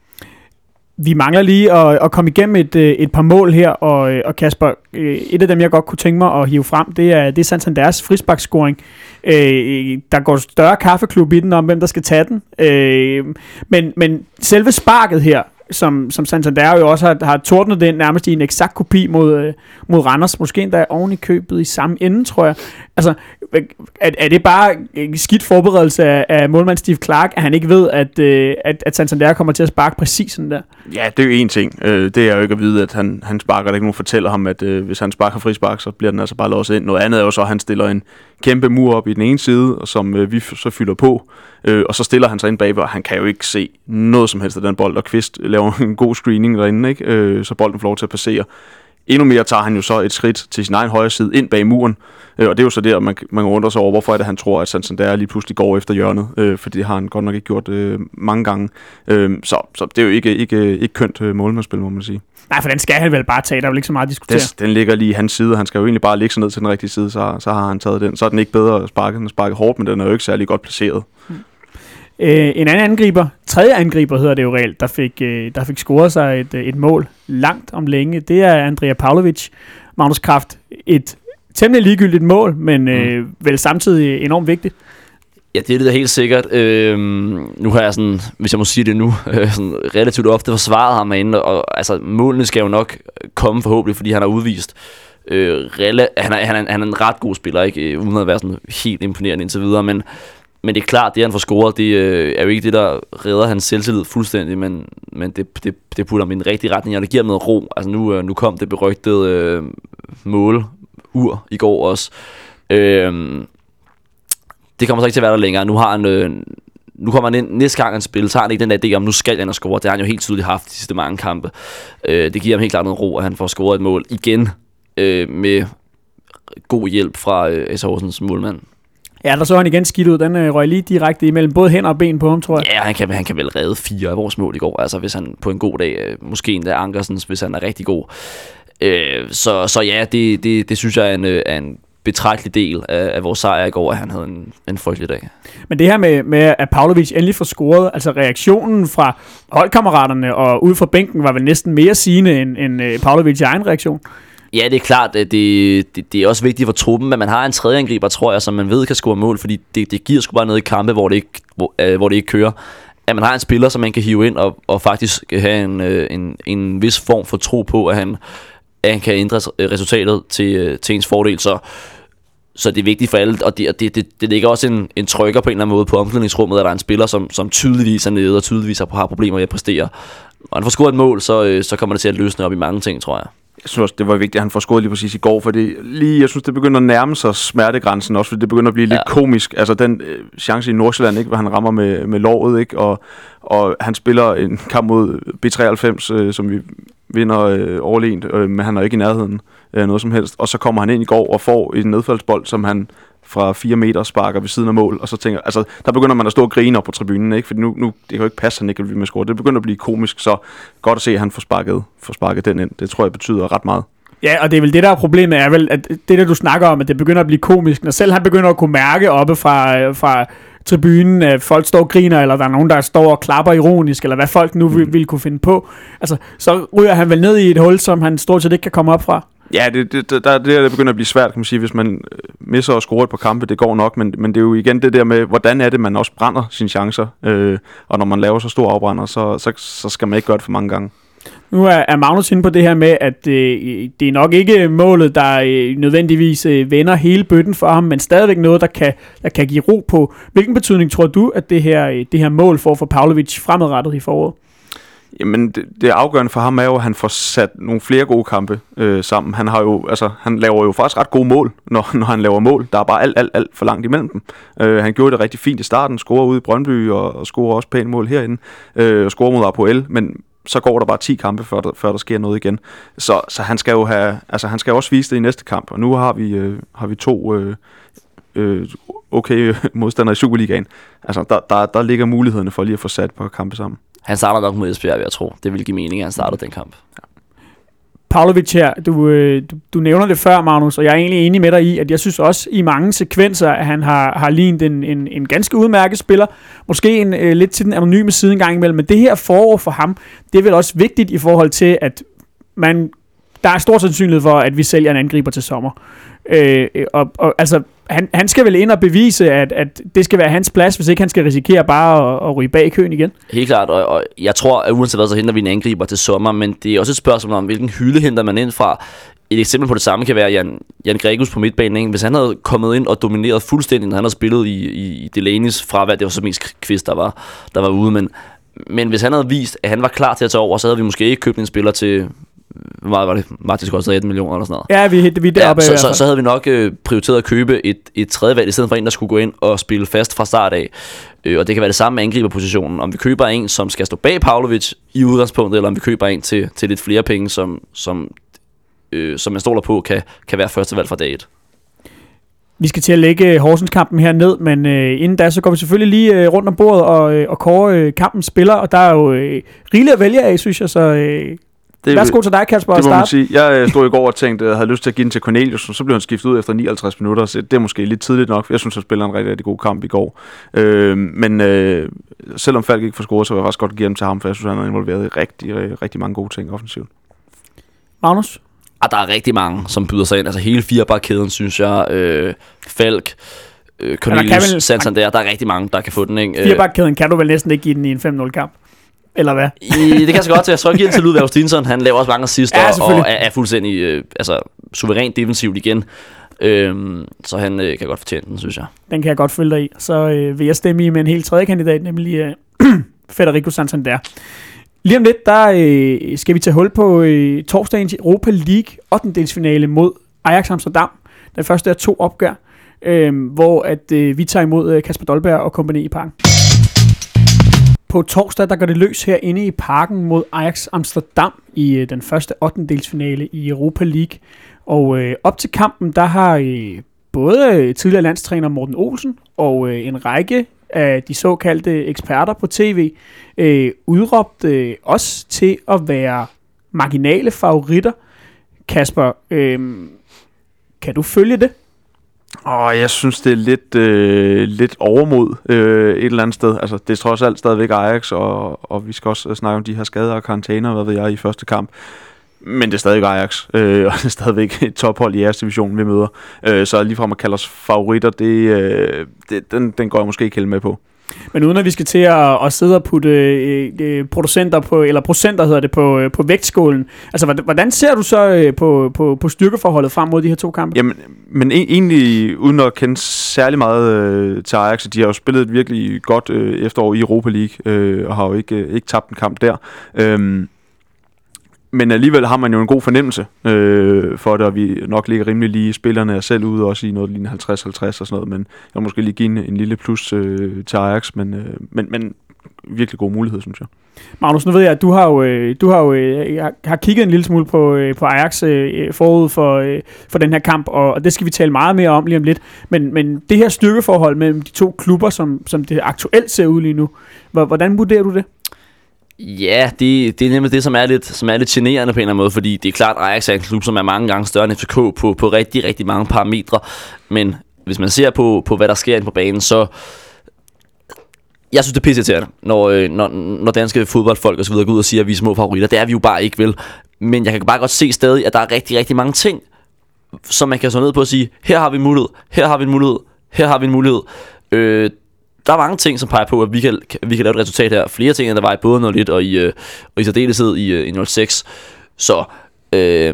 Vi mangler lige at, at komme igennem et, et par mål her, og, og Kasper, et af dem, jeg godt kunne tænke mig at hive frem, det er, det er Santanders frisparksscoring. Øh, der går større kaffeklub i den om, hvem der skal tage den. Øh, men, men selve sparket her, som, som Santander jo også har, har tordnet den nærmest i en eksakt kopi mod, mod Randers, måske endda oven i købet i samme ende, tror jeg. Altså, er, er det bare en skidt forberedelse af, af målmand Steve Clark, at han ikke ved, at, at, at Santander kommer til at sparke præcis sådan der? Ja, det er jo en ting. Det er jo ikke at vide, at han, han sparker. Der ikke nogen fortæller ham, at øh, hvis han sparker frispark, så bliver den altså bare låst ind. Noget andet er jo så, at han stiller en kæmpe mur op i den ene side, som øh, vi så fylder på. Øh, og så stiller han sig ind bagved, og han kan jo ikke se noget som helst af den bold, og Kvist laver en god screening derinde, ikke? Øh, så bolden får lov til at passere. endnu mere tager han jo så et skridt til sin egen højre side ind bag muren, øh, og det er jo så der, man, man undrer sig over, hvorfor er det, han tror, at Santander lige pludselig går efter hjørnet, øh, fordi det har han godt nok ikke gjort øh, mange gange. Øh, så, så det er jo ikke, ikke, ikke kønt øh, målmandsspil, må man sige. Nej, for den skal han vel bare tage, der er vel ikke så meget at diskutere. Det, den ligger lige i hans side, han skal jo egentlig bare ligge sig ned til den rigtige side, så, så har han taget den. Så er den ikke bedre at sparke, den er sparket hårdt, men den er jo ikke særlig godt placeret. Hmm. Øh, en anden angriber, tredje angriber hedder det jo reelt, der fik, øh, der fik scoret sig et, et mål langt om længe, det er Andrea Pavlovic. Magnus Kraft, et temmelig ligegyldigt mål, men øh, mm. vel samtidig enormt vigtigt. Ja, det er det da helt sikkert. Øhm, nu har jeg sådan, hvis jeg må sige det nu, øh, sådan relativt ofte forsvaret ham herinde, og altså målene skal jo nok komme forhåbentlig, fordi han har udvist. Øh, rela- han, er, han, er, han er en ret god spiller, ikke uden at være sådan helt imponerende indtil videre, men Men det er klart, det han får scoret, det øh, er jo ikke det, der redder hans selvtillid fuldstændig, men, men det, det, det putter ham i den rigtige retning, og det giver ham noget ro. Altså nu, øh, nu kom det berygtede øh, mål-ur i går også. Øh, det kommer så ikke til at være der længere. Nu har han... Øh, nu kommer han ind, næste gang han spiller, så har han ikke den der idé om, nu skal han score. Det har han jo helt tydeligt haft de sidste mange kampe. Øh, det giver ham helt klart noget ro, at han får scoret et mål igen øh, med god hjælp fra øh, A C Horsens målmand. Ja, der så han igen skidt ud. Den øh, røg lige direkte imellem både hænder og ben på ham, tror jeg. Ja, han kan, han kan vel redde fire af vores mål i går. Altså hvis han på en god dag, øh, måske endda Ankersens, hvis han er rigtig god. Øh, så, så ja, det, det, det synes jeg er en, er en betragtelig del af, af vores sejr i går, at han havde en, en frygtelig dag. Men det her med, med at Pavlovic endelig får scoret, altså reaktionen fra holdkammeraterne og ud fra bænken var vel næsten mere sigende end, end uh, Pavlovics egen reaktion. Ja, det er klart, at det, det, det er også vigtigt for truppen, at man har en tredje angriber, tror jeg, som man ved kan score mål, fordi det, det giver sgu bare noget i kampe, hvor det ikke, hvor, øh, hvor det ikke kører. At man har en spiller, som man kan hive ind og, og faktisk have en, øh, en, en vis form for tro på, at han, at han kan ændre resultatet til, til ens fordel. Så, så det er vigtigt for alle, og det, det, det, det ligger også en, en trykker på en eller anden måde på omklædningsrummet, at der er en spiller, som, som tydeligvis er nede og tydeligvis har problemer med at præstere. Og han får scoret et mål, så, så kommer det til at løsne op i mange ting, tror jeg. Jeg synes også, det var vigtigt, at han får scoret lige præcis i går, for det, lige, jeg synes, det begynder at nærme sig smertegrænsen også, fordi det begynder at blive ja. lidt komisk. Altså den øh, chance i Nordsjælland, ikke, hvor han rammer med, med låret, ikke, og, og han spiller en kamp mod B treoghalvfems, øh, som vi vinder øh, overlegent, øh, men han er ikke i nærheden øh, noget som helst. Og så kommer han ind i går og får en nedfaldsbold, som han fra fire meter sparker ved siden af mål, og så tænker, altså, der begynder man at stå og grine op på tribunen, ikke? For nu, nu, det kan jo ikke passe, at han ikke kan blive med score. Det begynder at blive komisk, så godt at se, at han får sparket, får sparket den ind. Det tror jeg betyder ret meget. Ja, og det er vel det, der er problemet, er vel, at det der, du snakker om, at det begynder at blive komisk, når selv han begynder at kunne mærke oppe fra, fra tribunen, at folk står og griner, eller der er nogen, der står og klapper ironisk, eller hvad folk nu vil, vil kunne finde på. Altså, så ryger han vel ned i et hul, som han stort set ikke kan komme op fra. Ja, det, det, der, det, det begynder at blive svært, kan man sige, hvis man misser at score et par kampe, det går nok, men, men det er jo igen det der med, hvordan er det, man også brænder sine chancer, øh, og når man laver så store afbrænder, så, så, så skal man ikke gøre det for mange gange. Nu er, er Magnus inde på det her med, at øh, det er nok ikke målet, der øh, nødvendigvis øh, vender hele bøtten for ham, men stadigvæk noget, der kan, der kan give ro på. Hvilken betydning tror du, at det her, øh, det her mål får for Pavlovic fremadrettet i foråret? Jamen, det, det afgørende for ham er jo, at han får sat nogle flere gode kampe øh, sammen. Han har jo, altså, han laver jo faktisk ret gode mål, når, når han laver mål. Der er bare alt, alt, alt for langt imellem dem. Øh, han gjorde det rigtig fint i starten, scorer ude i Brøndby og, og scorer også pænt mål herinde, øh, og scorer mod A P O L, men så går der bare ti kampe, før der, før der sker noget igen. Så, så han skal jo have, altså, han skal også vise det i næste kamp, og nu har vi, øh, har vi to øh, øh, okay modstandere i Superligaen. Altså, der, der, der ligger mulighederne for lige at få sat på kampe sammen. Han starter nok mod Esbjerg, vil jeg tro. Det vil give mening, at han startede den kamp. Ja. Pavlovic her, du, øh, du, du nævner det før, Magnus, og jeg er egentlig enig med dig i, at jeg synes også i mange sekvenser, at han har, har lignet en, en, en ganske udmærket spiller. Måske en, øh, lidt til den anonyme side en gang imellem, men det her forår for ham, det er vel også vigtigt i forhold til, at man, der er stor sandsynlighed for, at vi sælger en angriber til sommer. Øh, og, og altså, han, han skal vel ind og bevise, at, at det skal være hans plads, hvis ikke han skal risikere bare at, at ryge bag i køen igen. Helt klart, og, og jeg tror, at uanset hvad, så henter vi en angriber til sommer, men det er også et spørgsmål om, hvilken hylde henter man ind fra. Et eksempel på det samme kan være Jan, Jan Gregus på midtbanen, ikke? Hvis han havde kommet ind og domineret fuldstændig, når han havde spillet i, i, i Delaney's fravær, det var så mest Kvist, der var, der var ude, men, men hvis han havde vist, at han var klar til at tage over, så havde vi måske ikke købt en spiller til... Hvor meget var det? Martin kostede atten millioner eller sådan noget. Ja, vi, vi deroppe ja, så, så, så havde vi nok øh, prioriteret at købe et, et tredje valg, i stedet for en, der skulle gå ind og spille fast fra start af. Øh, og det kan være det samme med angriberpositionen. Om vi køber en, som skal stå bag Pavlovic i udgangspunktet, eller om vi køber en til, til lidt flere penge, som, som øh, som man stoler på, kan, kan være første valg fra dag et. Vi skal til at lægge Horsens-kampen her ned, men øh, inden da, så går vi selvfølgelig lige øh, rundt om bordet og, øh, og kårer øh, kampens spiller, og der er jo øh, rigeligt at vælge af, synes jeg, så øh, det, værsgo til dig, Kasper, det at må starte. man sige. Jeg stod i går og tænkte, at jeg havde lyst til at give den til Cornelius, og så blev han skiftet ud efter nioghalvtreds minutter, så det er måske lidt tidligt nok. Jeg synes, han spiller en rigtig, rigtig god kamp i går. Øh, men øh, selvom Falk ikke får scoret, så vil jeg faktisk godt give dem til ham, for jeg synes, han har involveret i rigtig, rigtig mange gode ting offensivt. Magnus? Ah, der er rigtig mange, som byder sig ind. Altså hele firebakkæden, synes jeg. Øh, Falk, øh, Cornelius, vel, Santander. Der er rigtig mange, der kan få den. Ikke? Firebakkæden kan du vel næsten ikke give den i en fem nul kamp? Eller hvad? I, det kan så godt til. Jeg tror, jeg giver den til Ludvig Augustinsson. Han laver også mange assist ja, og er, er fuldstændig øh, altså, suverænt defensivt igen. Øhm, så han øh, kan godt fortjene den, synes jeg. Den kan jeg godt følge dig i. Så øh, vil jeg stemme i med en helt tredje kandidat, nemlig øh, Federico Santander. Lige om lidt, der øh, skal vi tage hul på øh, torsdagens Europa League ottendedelsfinale mod Ajax Amsterdam. Den første er to opgør, øh, hvor at, øh, vi tager imod øh, Kasper Dolberg og kompagni i Parken. På torsdag, der går det løs herinde i Parken mod Ajax Amsterdam i øh, den første ottendedelsfinale i Europa League. Og øh, op til kampen, der har øh, både øh, tidligere landstræner Morten Olsen og øh, en række af de såkaldte eksperter på tv øh, udråbt øh, os til at være marginale favoritter. Kasper, øh, kan du følge det? Åh, jeg synes, det er lidt, øh, lidt overmod øh, et eller andet sted. Altså, det er trods alt stadigvæk Ajax, og, og vi skal også snakke om de her skader og karantæner, hvad ved jeg, i første kamp. Men det er stadig Ajax, øh, og det er stadigvæk et tophold i jeres division, vi møder. Øh, så ligefrem at kalde os favoritter, det, øh, det, den, den går jeg måske ikke helt med på. Men uden at vi skal til at, at sidde og putte øh, producenter på, eller procenter hedder det, på, øh, på vægtskålen. Altså, hvordan, hvordan ser du så øh, på, på, på styrkeforholdet frem mod de her to kampe? Jamen, men e- egentlig uden at kende særlig meget øh, til Ajax, de har jo spillet et virkelig godt øh, efterår i Europa League, øh, og har jo ikke, øh, ikke tabt en kamp der. Øh, Men alligevel har man jo en god fornemmelse øh, for det, og vi nok ligger rimelig lige. Spillerne er selv ude også i noget lignende halvtreds halvtreds og sådan noget, men jeg må måske lige give en, en lille plus øh, til Ajax, men, øh, men, men virkelig god mulighed, synes jeg. Magnus, nu ved jeg, at du har jo, du har, jo har kigget en lille smule på, på Ajax forud for, for den her kamp, og det skal vi tale meget mere om lige om lidt. Men, men det her styrkeforhold mellem de to klubber, som, som det aktuelt ser ud lige nu, hvordan vurderer du det? Ja, det, det er nemlig det, som er, lidt, som er lidt generende på en eller anden måde, fordi det er klart, at Ajax er en klub, som er mange gange større end F C K på, på rigtig, rigtig mange parametre. Men hvis man ser på, på hvad der sker inde på banen, så jeg synes, det er pisseirriterende, når, når, når danske fodboldfolk og så videre går ud og siger, at vi er små favoritter. Det er vi jo bare ikke, vel. Men jeg kan bare godt se stadig, at der er rigtig, rigtig mange ting, som man kan så ned på at sige, her har vi en mulighed, her har vi en mulighed, her har vi en mulighed. Øh, Der er mange ting, som peger på, at vi kan, vi kan lave et resultat her. Flere ting, end der var i både nul et og i, øh, og i særdeleshed i, i nul seks. Så, øh,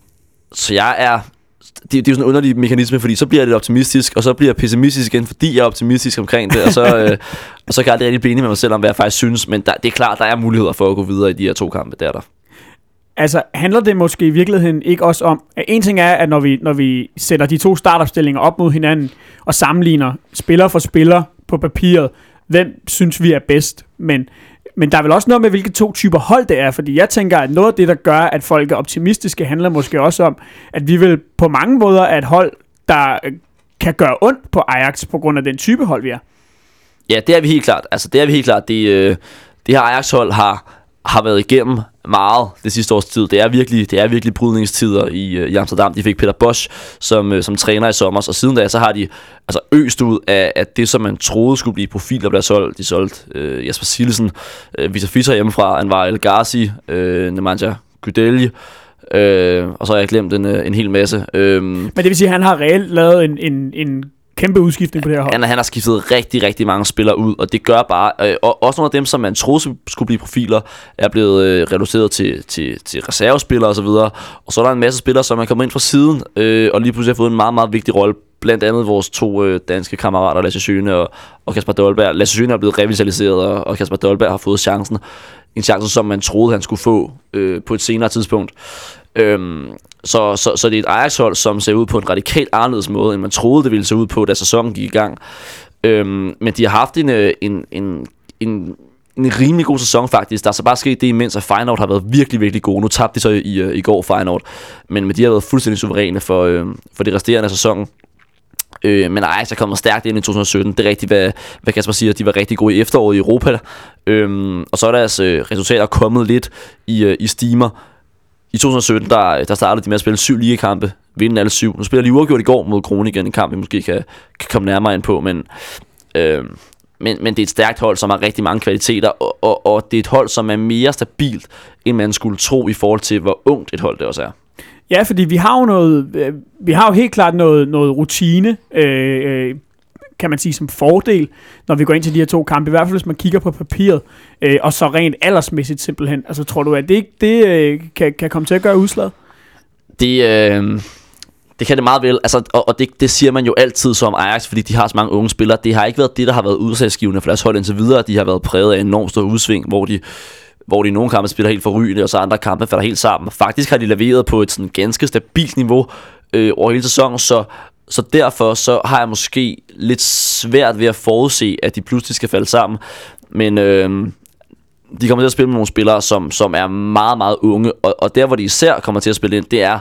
så jeg er... Det, det er jo sådan en underlig mekanisme, fordi så bliver jeg lidt optimistisk, og så bliver jeg pessimistisk igen, fordi jeg er optimistisk omkring det, og så, øh, og så kan jeg aldrig rigtig blive enig med mig selv om, hvad jeg faktisk synes. Men der, det er klart, der er muligheder for at gå videre i de her to kampe, der er der. Altså, handler det måske i virkeligheden ikke også om, at en ting er, at når vi, når vi sætter de to startopstillinger op mod hinanden, og sammenligner spiller for spiller på papiret, hvem synes vi er bedst, men, men der er vel også noget med, hvilke to typer hold det er, fordi jeg tænker, at noget af det, der gør, at folk er optimistiske, handler måske også om, at vi vil på mange måder er et hold, der kan gøre ondt på Ajax, på grund af den type hold, vi er. Ja, det er vi helt klart. Altså, det er vi helt klart. Det, øh, det her Ajax-hold har, har været igennem meget det sidste års tid. Det er virkelig, det er virkelig brydningstider i, i Amsterdam. De fik Peter Bosch som, som træner i sommer, og siden da så har de altså øst ud af at det, som man troede skulle blive profiler, bliver solgt. De solgte øh, Jasper Silesen, øh, Victor Fischer hjemmefra, Anwar El Ghazi, øh, Nemanja Gudeli, øh, og så har jeg glemt en, en hel masse. Øh, Men det vil sige, at han har reelt lavet en, en, en kæmpe udskiftning på det her hold. Han, han har skiftet rigtig, rigtig mange spillere ud, og det gør bare, øh, og også nogle af dem, som man troede skulle blive profiler, er blevet øh, reduceret til, til, til reservespillere osv., og, og så er der en masse spillere, som man kommer ind fra siden, øh, og lige pludselig har fået en meget, meget vigtig rolle, blandt andet vores to øh, danske kammerater, Lasse Schöne og, og Kasper Dolberg. Lasse Schöne er blevet revitaliseret, og, og Kasper Dolberg har fået chancen, en chance, som man troede, han skulle få øh, på et senere tidspunkt. Øhm, så, så, så det er et Ajax-hold, som ser ud på en radikalt anderledes måde, end man troede, det ville se ud på, da sæsonen gik i gang. Øhm, men de har haft en, en, en, en, en rimelig god sæson faktisk. Der er så bare sket det imens, at Feyenoord har været virkelig, virkelig gode. Nu tabte de så i, i, i går Feyenoord, men, men de har været fuldstændig suveræne for, øh, for de resterende af sæsonen. Øh, men Ajax er kommet stærkt ind i to tusind og sytten. Det er rigtigt, hvad, hvad Kasper siger. De var rigtig gode i efteråret i Europa. Øh, og så er deres øh, resultater kommet lidt i, øh, i stimer. I to tusind og sytten, der, der startede de med at spille syv ligekampe, vinde alle syv. Nu spiller de uafgjort i går mod Groningen, en kamp vi måske kan, kan komme nærmere ind på, men, øh, men, men det er et stærkt hold, som har rigtig mange kvaliteter, og, og, og det er et hold, som er mere stabilt, end man skulle tro i forhold til, hvor ungt et hold det også er. Ja, fordi vi har jo noget, øh, vi har jo helt klart noget, noget rutine, øh, kan man sige, som fordel, når vi går ind til de her to kampe, i hvert fald hvis man kigger på papiret, øh, og så rent aldersmæssigt simpelthen. Altså tror du, at det, det øh, kan, kan komme til at gøre udslaget? Det, øh, det kan det meget vel, altså, og, og det, det siger man jo altid som Ajax, fordi de har så mange unge spillere. Det har ikke været det, der har været udslagsgivende for deres hold indtil videre. De har været præget af enormt stor udsving, hvor de hvor de i nogle kampe spiller helt forrygende, og så andre kampe falder helt sammen. Faktisk har de leveret på et sådan ganske stabilt niveau øh, over hele sæsonen, så, så derfor så har jeg måske lidt svært ved at forudse, at de pludselig skal falde sammen. Men øh, de kommer til at spille med nogle spillere, som, som er meget, meget unge, og, og der, hvor de især kommer til at spille ind, det er,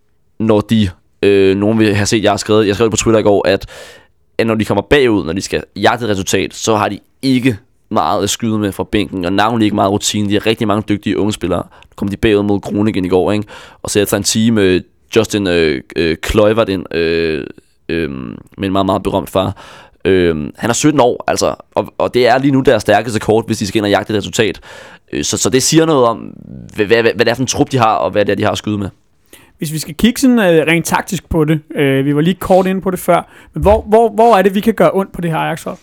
når de, øh, nogen vil have set, jeg har skrevet, jeg skrev på Twitter i går, at, at når de kommer bagud, når de skal jagte et resultat, så har de ikke meget at skyde med fra bænken, og navnlig ikke meget rutine. De har rigtig mange dygtige unge spillere. Nu kom de bagud mod Groningen i går, ikke? Og så efter en time øh, Justin øh, øh, Kluivert ind øh, øh, med en meget, meget berømt far. Øh, han er sytten år, altså, og, og det er lige nu deres stærkeste kort, hvis de skal ind og jagte et resultat. Øh, så, så det siger noget om, hvad, hvad, hvad det er for en trup, de har, og hvad det er, de har at skyde med. Hvis vi skal kigge sådan uh, rent taktisk på det, uh, vi var lige kort inde på det før, men hvor, hvor, hvor er det, vi kan gøre ondt på det her Ajax-hold?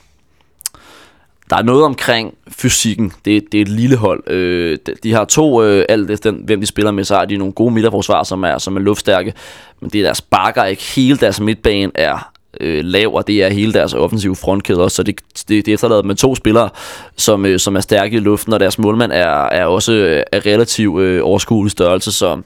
Der er noget omkring fysikken. Det, det er et lille hold. Øh, de, de har to, øh, alt efter hvem de spiller med, så har de nogle gode midterforsvar, som er, som er luftstærke. Men det er deres bakker, ikke? Hele deres midtbane er øh, lav, og det er hele deres offensive frontkæde også. Så det, det, det er efterladet med to spillere, som, øh, som er stærke i luften, og deres målmand er, er også øh, er relativt øh, overskuelig størrelse. Så,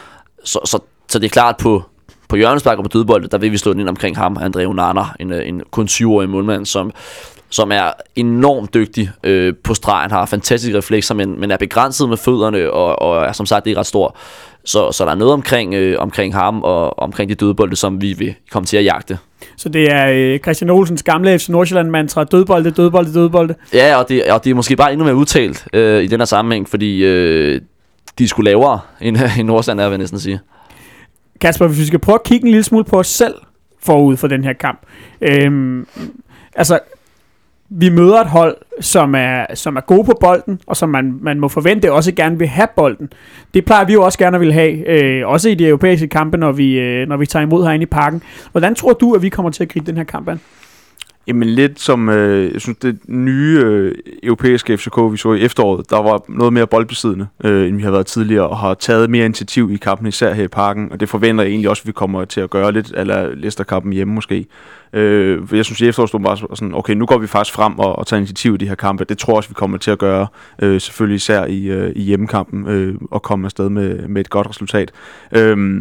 så, så, så det er klart på... På hjørnespark og på dødbolde, der vil vi slå den ind omkring ham, André Onana, en, en kun tyve-årig målmand, som, som er enormt dygtig øh, på stregen, har fantastiske reflekser, men, men er begrænset med fødderne, og, og er som sagt ikke ret stor. Så, så der er noget omkring, øh, omkring ham og omkring de dødbolde, som vi vil komme til at jagte. Så det er øh, Christian Olsens gamle F C Nordsjælland-mantra, dødbolde, dødbolde, dødbolde? Ja, og det, og det er måske bare endnu mere udtalt øh, i den her sammenhæng, fordi øh, de skulle lavere end, end Nordsjælland, er jeg vil næsten sige. Kasper, hvis vi skal prøve at kigge en lille smule på os selv forud for den her kamp. Øhm, altså, vi møder et hold, som er, som er gode på bolden, og som man, man må forvente også gerne vil have bolden. Det plejer vi jo også gerne at vil have, øh, også i de europæiske kampe, når vi, øh, når vi tager imod herinde i parken. Hvordan tror du, at vi kommer til at gribe den her kamp an? Jamen lidt som, øh, jeg synes, det nye øh, europæiske F C K, vi så i efteråret, der var noget mere boldbesiddende, øh, end vi har været tidligere, og har taget mere initiativ i kampen, især her i parken, og det forventer jeg egentlig også, at vi kommer til at gøre lidt, eller Leicester-kampen hjemme måske. Øh, jeg synes, i efteråret stod bare sådan, okay, nu går vi faktisk frem og, og tager initiativ i de her kampe. Det tror jeg også, vi kommer til at gøre, øh, selvfølgelig især i, øh, i hjemmekampen, øh, og komme afsted med, med et godt resultat. Øh,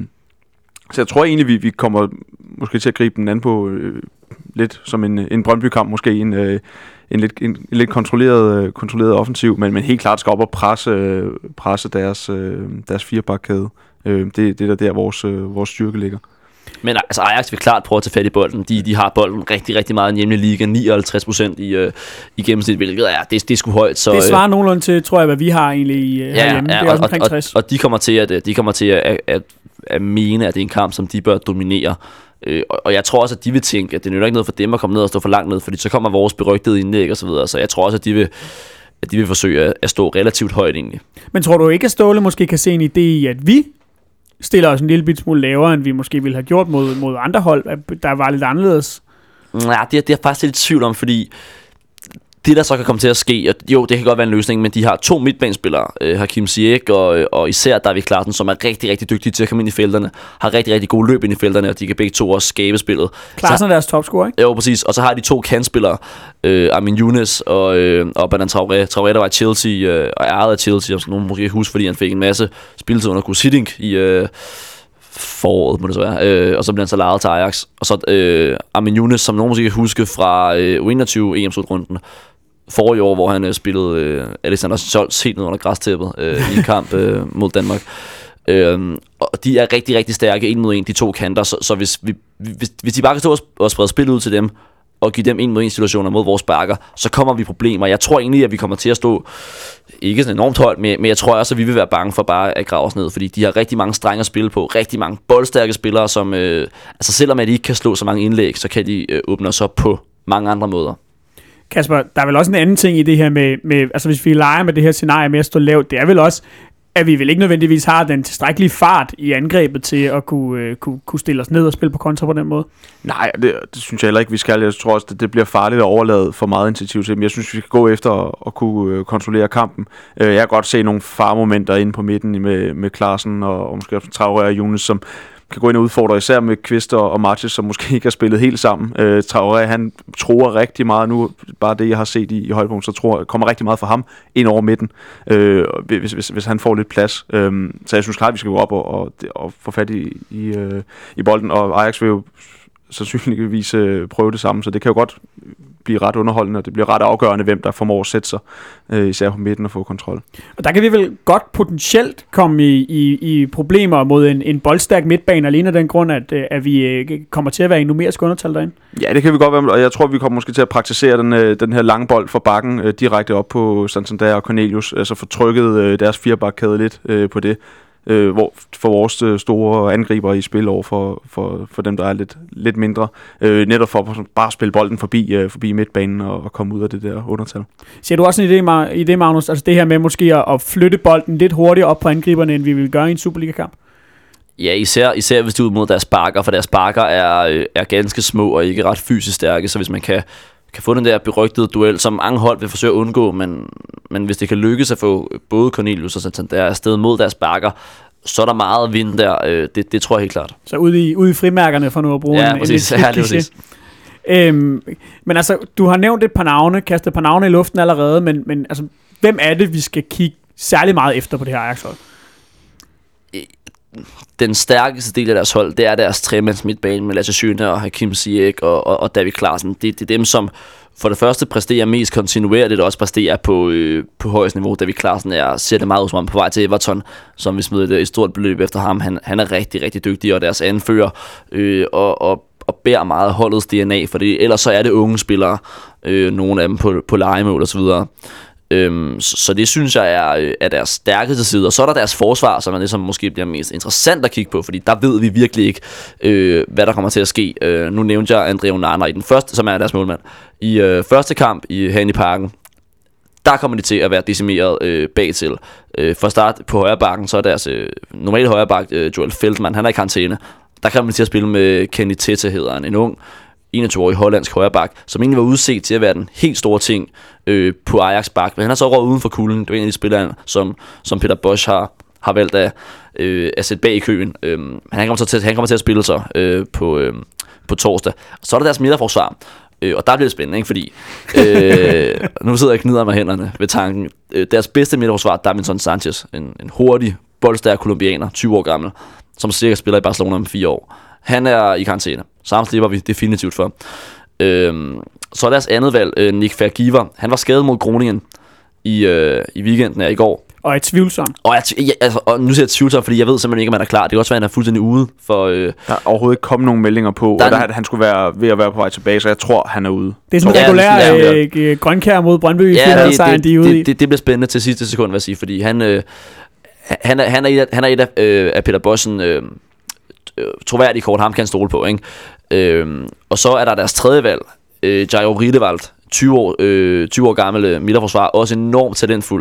så jeg tror egentlig, vi, vi kommer måske til at gribe den anden på... Øh, lidt som en, en Brøndby-kamp, måske en, øh, en lidt, en, en lidt kontrolleret, øh, kontrolleret offensiv, men, men helt klart skal op og presse, øh, presse deres, øh, deres firebakkæde. Øh, det, det er der, der vores, øh, vores styrke ligger. Men altså Ajax vil klart prøve at tage fat i bolden. De, de har bolden rigtig, rigtig meget i den hjemlige liga. nioghalvtreds procent i, øh, i gennemsnit, hvilket er, det, det er sgu højt. Så, det svarer nogenlunde til, tror jeg, hvad vi har egentlig i, ja, herhjemme. Ja, det er også og, omkring tres. Og, og de kommer til, at, de kommer til at, at, at mene, at det er en kamp, som de bør dominere. Øh, og, og jeg tror også, at de vil tænke, at det nytter ikke noget for dem at komme ned og stå for langt ned, fordi så kommer vores berygtede indlæg og så videre. Så jeg tror også, at de vil, at de vil forsøge at, at stå relativt højt egentlig. Men tror du ikke, at Ståle måske kan se en idé i, at vi stiller os en lille bit smule lavere, end vi måske ville have gjort mod, mod andre hold, der var lidt anderledes? Nej, det er, det er faktisk lidt tvivl om, fordi det der så kan komme til at ske, og jo, det kan godt være en løsning, men de har to midtbanespillere, øh, Hakim Ziyech og, og især David Klaassen, som er rigtig, rigtig dygtige til at komme ind i felterne, har rigtig, rigtig gode løb ind i felterne, og de kan begge to også skabe spillet. Klaassen er deres topscorer, ikke? Jo, præcis. Og så har de to kantspillere, øh, Armin Younes og, øh, og Banan Traoré. Traoré, der var i Chelsea øh, og ærede af Chelsea, og nogen måske huske, fordi han fik en masse spilletid under Gus Hiddink i... Øh, foråret, må det så være. Øh, og så bliver han så lejet til Ajax. Og så øh, Armin Younes, som nogen måske kan huske fra øh, U enogtyve E M-slutrunden, forrige år, hvor han øh, spillede øh, Alexander Scholz helt ned under græstæppet øh, i en kamp øh, mod Danmark. Øhm, og de er rigtig, rigtig stærke en mod en, de to kanter, så, så hvis, vi, hvis, hvis de bare kan stå og sprede spil ud til dem, og give dem en mod en situationer mod vores bakker, så kommer vi problemer. Jeg tror egentlig, at vi kommer til at stå ikke sådan enormt højt, men, men jeg tror også, at vi vil være bange for bare at grave os ned, fordi de har rigtig mange strenge at spille på, rigtig mange boldstærke spillere, som øh, altså selvom at de ikke kan slå så mange indlæg, så kan de øh, åbne os op på mange andre måder. Kasper, der er vel også en anden ting i det her med, med altså hvis vi leger med det her scenarie med at stå lavt, det er vel også, at vi vel ikke nødvendigvis har den tilstrækkelige fart i angrebet til at kunne, øh, kunne, kunne stille os ned og spille på kontra på den måde. Nej, det, det synes jeg heller ikke, vi skal. Jeg tror også, at det bliver farligt at overlade for meget initiativ til dem. Jeg synes, vi skal gå efter at, at kunne øh, kontrollere kampen. Øh, jeg kan godt se nogle farmomenter inde på midten med, med Klaassen og, og måske også Traoré og Younes, som kan gå ind og udfordre, især med Kvist og, og Martins, som måske ikke har spillet helt sammen. Øh, Traoré, han tror rigtig meget nu, bare det, jeg har set i, i højdepunkt, så tror jeg, kommer rigtig meget fra ham ind over midten, øh, hvis, hvis, hvis han får lidt plads. Øh, så jeg synes klart, at vi skal gå op og, og, og få fat i, i, øh, i bolden, og Ajax vil jo sandsynligvis øh, prøve det samme, så det kan jo godt blive ret underholdende, og det bliver ret afgørende, hvem der formår at sætte sig, øh, især på midten og få kontrol. Og der kan vi vel godt potentielt komme i, i, i problemer mod en, en boldstærk midtbane, alene af den grund, at, at vi øh, kommer til at være i numerisk undertal derinde? Ja, det kan vi godt være, og jeg tror, vi kommer måske til at praktisere den, øh, den her lange bold fra bakken øh, direkte op på Santander og Cornelius, altså få trykket øh, deres firebakkæde lidt øh, på det. Øh, hvor for vores øh, store angriber i spil over for, for, for dem, der er lidt, lidt mindre. Øh, netop for at bare spille bolden forbi, øh, forbi midtbanen og, og komme ud af det der undertal. Ser du også en idé, i det, Magnus? Altså det her med måske at, at flytte bolden lidt hurtigere op på angriberne, end vi vil gøre i en Superliga-kamp? Ja, især, især hvis de er ud mod deres bakker, for deres bakker er, er ganske små og ikke ret fysisk stærke, så hvis man kan kan få den der berygtede duel, som mange hold vil forsøge at undgå, men, men hvis det kan lykkes at få både Cornelius og Santander afsted mod deres bakker, så er der meget vind der. Det, det tror jeg helt klart. Så ude i, ude i frimærkerne for nu at bruge ja, en, præcis. en, ja, det præcis. Øhm, men altså, du har nævnt et par navne, kastet et par navne i luften allerede, men, men altså, hvem er det, vi skal kigge særlig meget efter på det her Ajax-hold? Den stærkeste del af deres hold, det er deres tremands midtbane med Lasse Schöne og Hakim Ziyech og, og, og David Klaassen. Det, det er dem, som for det første præsterer mest kontinuerligt, og også præsterer på, øh, på højst niveau. David Klaassen er, ser det meget ud som på vej til Everton, som vi smider et, et stort beløb efter ham. Han, han er rigtig, rigtig dygtig, og deres anfører, øh, og, og, og bærer meget holdets D N A, for det, ellers så er det unge spillere, øh, nogle af dem på, på lejemål og så videre. Øhm, så, så det synes jeg er, er deres stærkeste side. Og så er der deres forsvar, som er det, som måske bliver mest interessant at kigge på, fordi der ved vi virkelig ikke, øh, hvad der kommer til at ske. øh, Nu nævnte jeg Andre Onana i den første, som er deres målmand i øh, første kamp i herinde i Parken. Der kommer de til at være decimeret øh, bagtil. øh, For start på højre bakken, så er deres øh, normale højre bak, øh, Joel Feldman, han er i karantæne. Der kommer de til at spille med Kenny Tete, hedder han, en ung enogtyve-årig hollandsk højreback, som egentlig var udset til at være den helt store ting øh, på Ajax bak, men han er så røget uden for kulden. Det er en af de spillere, som, som Peter Bosz har, har valgt at, øh, at sætte bag i køen. Øh, han, kommer til, han kommer til at spille sig øh, på, øh, på torsdag. Så er der deres midterforsvar, øh, og der bliver det spændende, ikke? Fordi øh, nu sidder jeg og knider mig hænderne ved tanken. Øh, deres bedste midterforsvar, Davinson Sanchez, en, en hurtig, boldstærk kolumbianer, tyve år gammel, som cirka spiller i Barcelona om fire år. Han er i karantæne, så ham slipper vi definitivt for. Øhm, så er deres andet valg, øh, Nick Vergiver. Han var skadet mod Groningen i, øh, i weekenden her i går. Og er tvivlsom. Og, jeg, ja, altså, og nu siger jeg tvivlsom, fordi jeg ved simpelthen ikke, om han er klar. Det kan også være, at han er fuldstændig ude. For, øh, der er overhovedet ikke kommet nogen meldinger på, der og der, en, han skulle være ved at være på vej tilbage, så jeg tror, han er ude. Det er sådan en regulær øh, grønkær mod Brøndby i ja, det, det, de er ude det, det, det bliver spændende til sidste sekund, vil jeg sige, fordi han, øh, han, er, han, er, han er et af, øh, af Peter Bosz'en øh, troværdige kort, ham kan han stole på, ikke? Øhm, og så er der deres tredje valg, øh, Jairo Riedewald, tyve år, øh, tyve år gammel midterforsvar, også enormt talentfuld.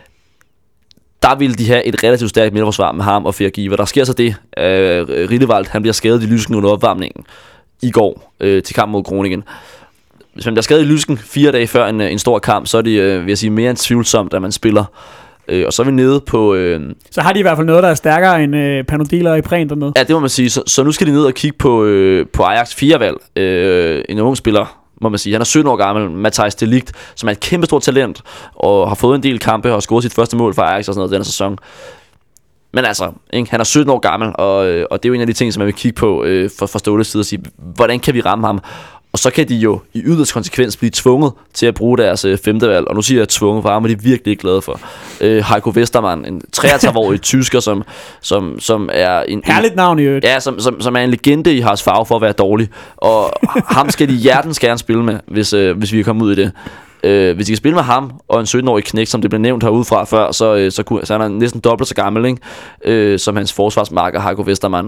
Der vil de have et relativt stærkt midterforsvar med ham og Vergiver. Der sker så det, øh, Riedewald, han bliver skadet i Lysken under opvarmningen i går øh, til kamp mod Groningen. Hvis man bliver skadet i Lysken fire dage før en, en stor kamp, så er det, øh, vil jeg sige, mere end tvivlsomt, at man spiller. Øh, og så er vi nede på... Øh, så har de i hvert fald noget, der er stærkere end øh, Panodil og Ipren dernede. Ja, det må man sige. Så, så nu skal de ned og kigge på, øh, på Ajax fire-valg. Øh, en ung spiller, må man sige. Han er sytten år gammel, Matthijs de Ligt, som er et kæmpe stort talent, og har fået en del kampe og scoret sit første mål for Ajax og sådan noget denne sæson. Men altså, ikke? Han er sytten år gammel, og, og det er jo en af de ting, som man vil kigge på øh, for, for Ståles side og sige, hvordan kan vi ramme ham? Og så kan de jo i yderst konsekvens blive tvunget til at bruge deres øh, femte valg. Og nu siger jeg tvunget, for ham er de virkelig glade for. Øh, Heiko Westermann, en treogtredive-årig tysker, som, som, som er en... Herligt navn i øvrigt. Ja, som, som, som er en legende i Haas farve for at være dårlig. Og ham skal de hjertens gerne spille med, hvis, øh, hvis vi kan komme ud i det. Øh, hvis de kan spille med ham og en sytten-årig knæk, som det blev nævnt herudefra før, så, øh, så, kunne, så er han næsten dobbelt så gammel, ikke? Øh, som hans forsvarsmarker Heiko Westermann.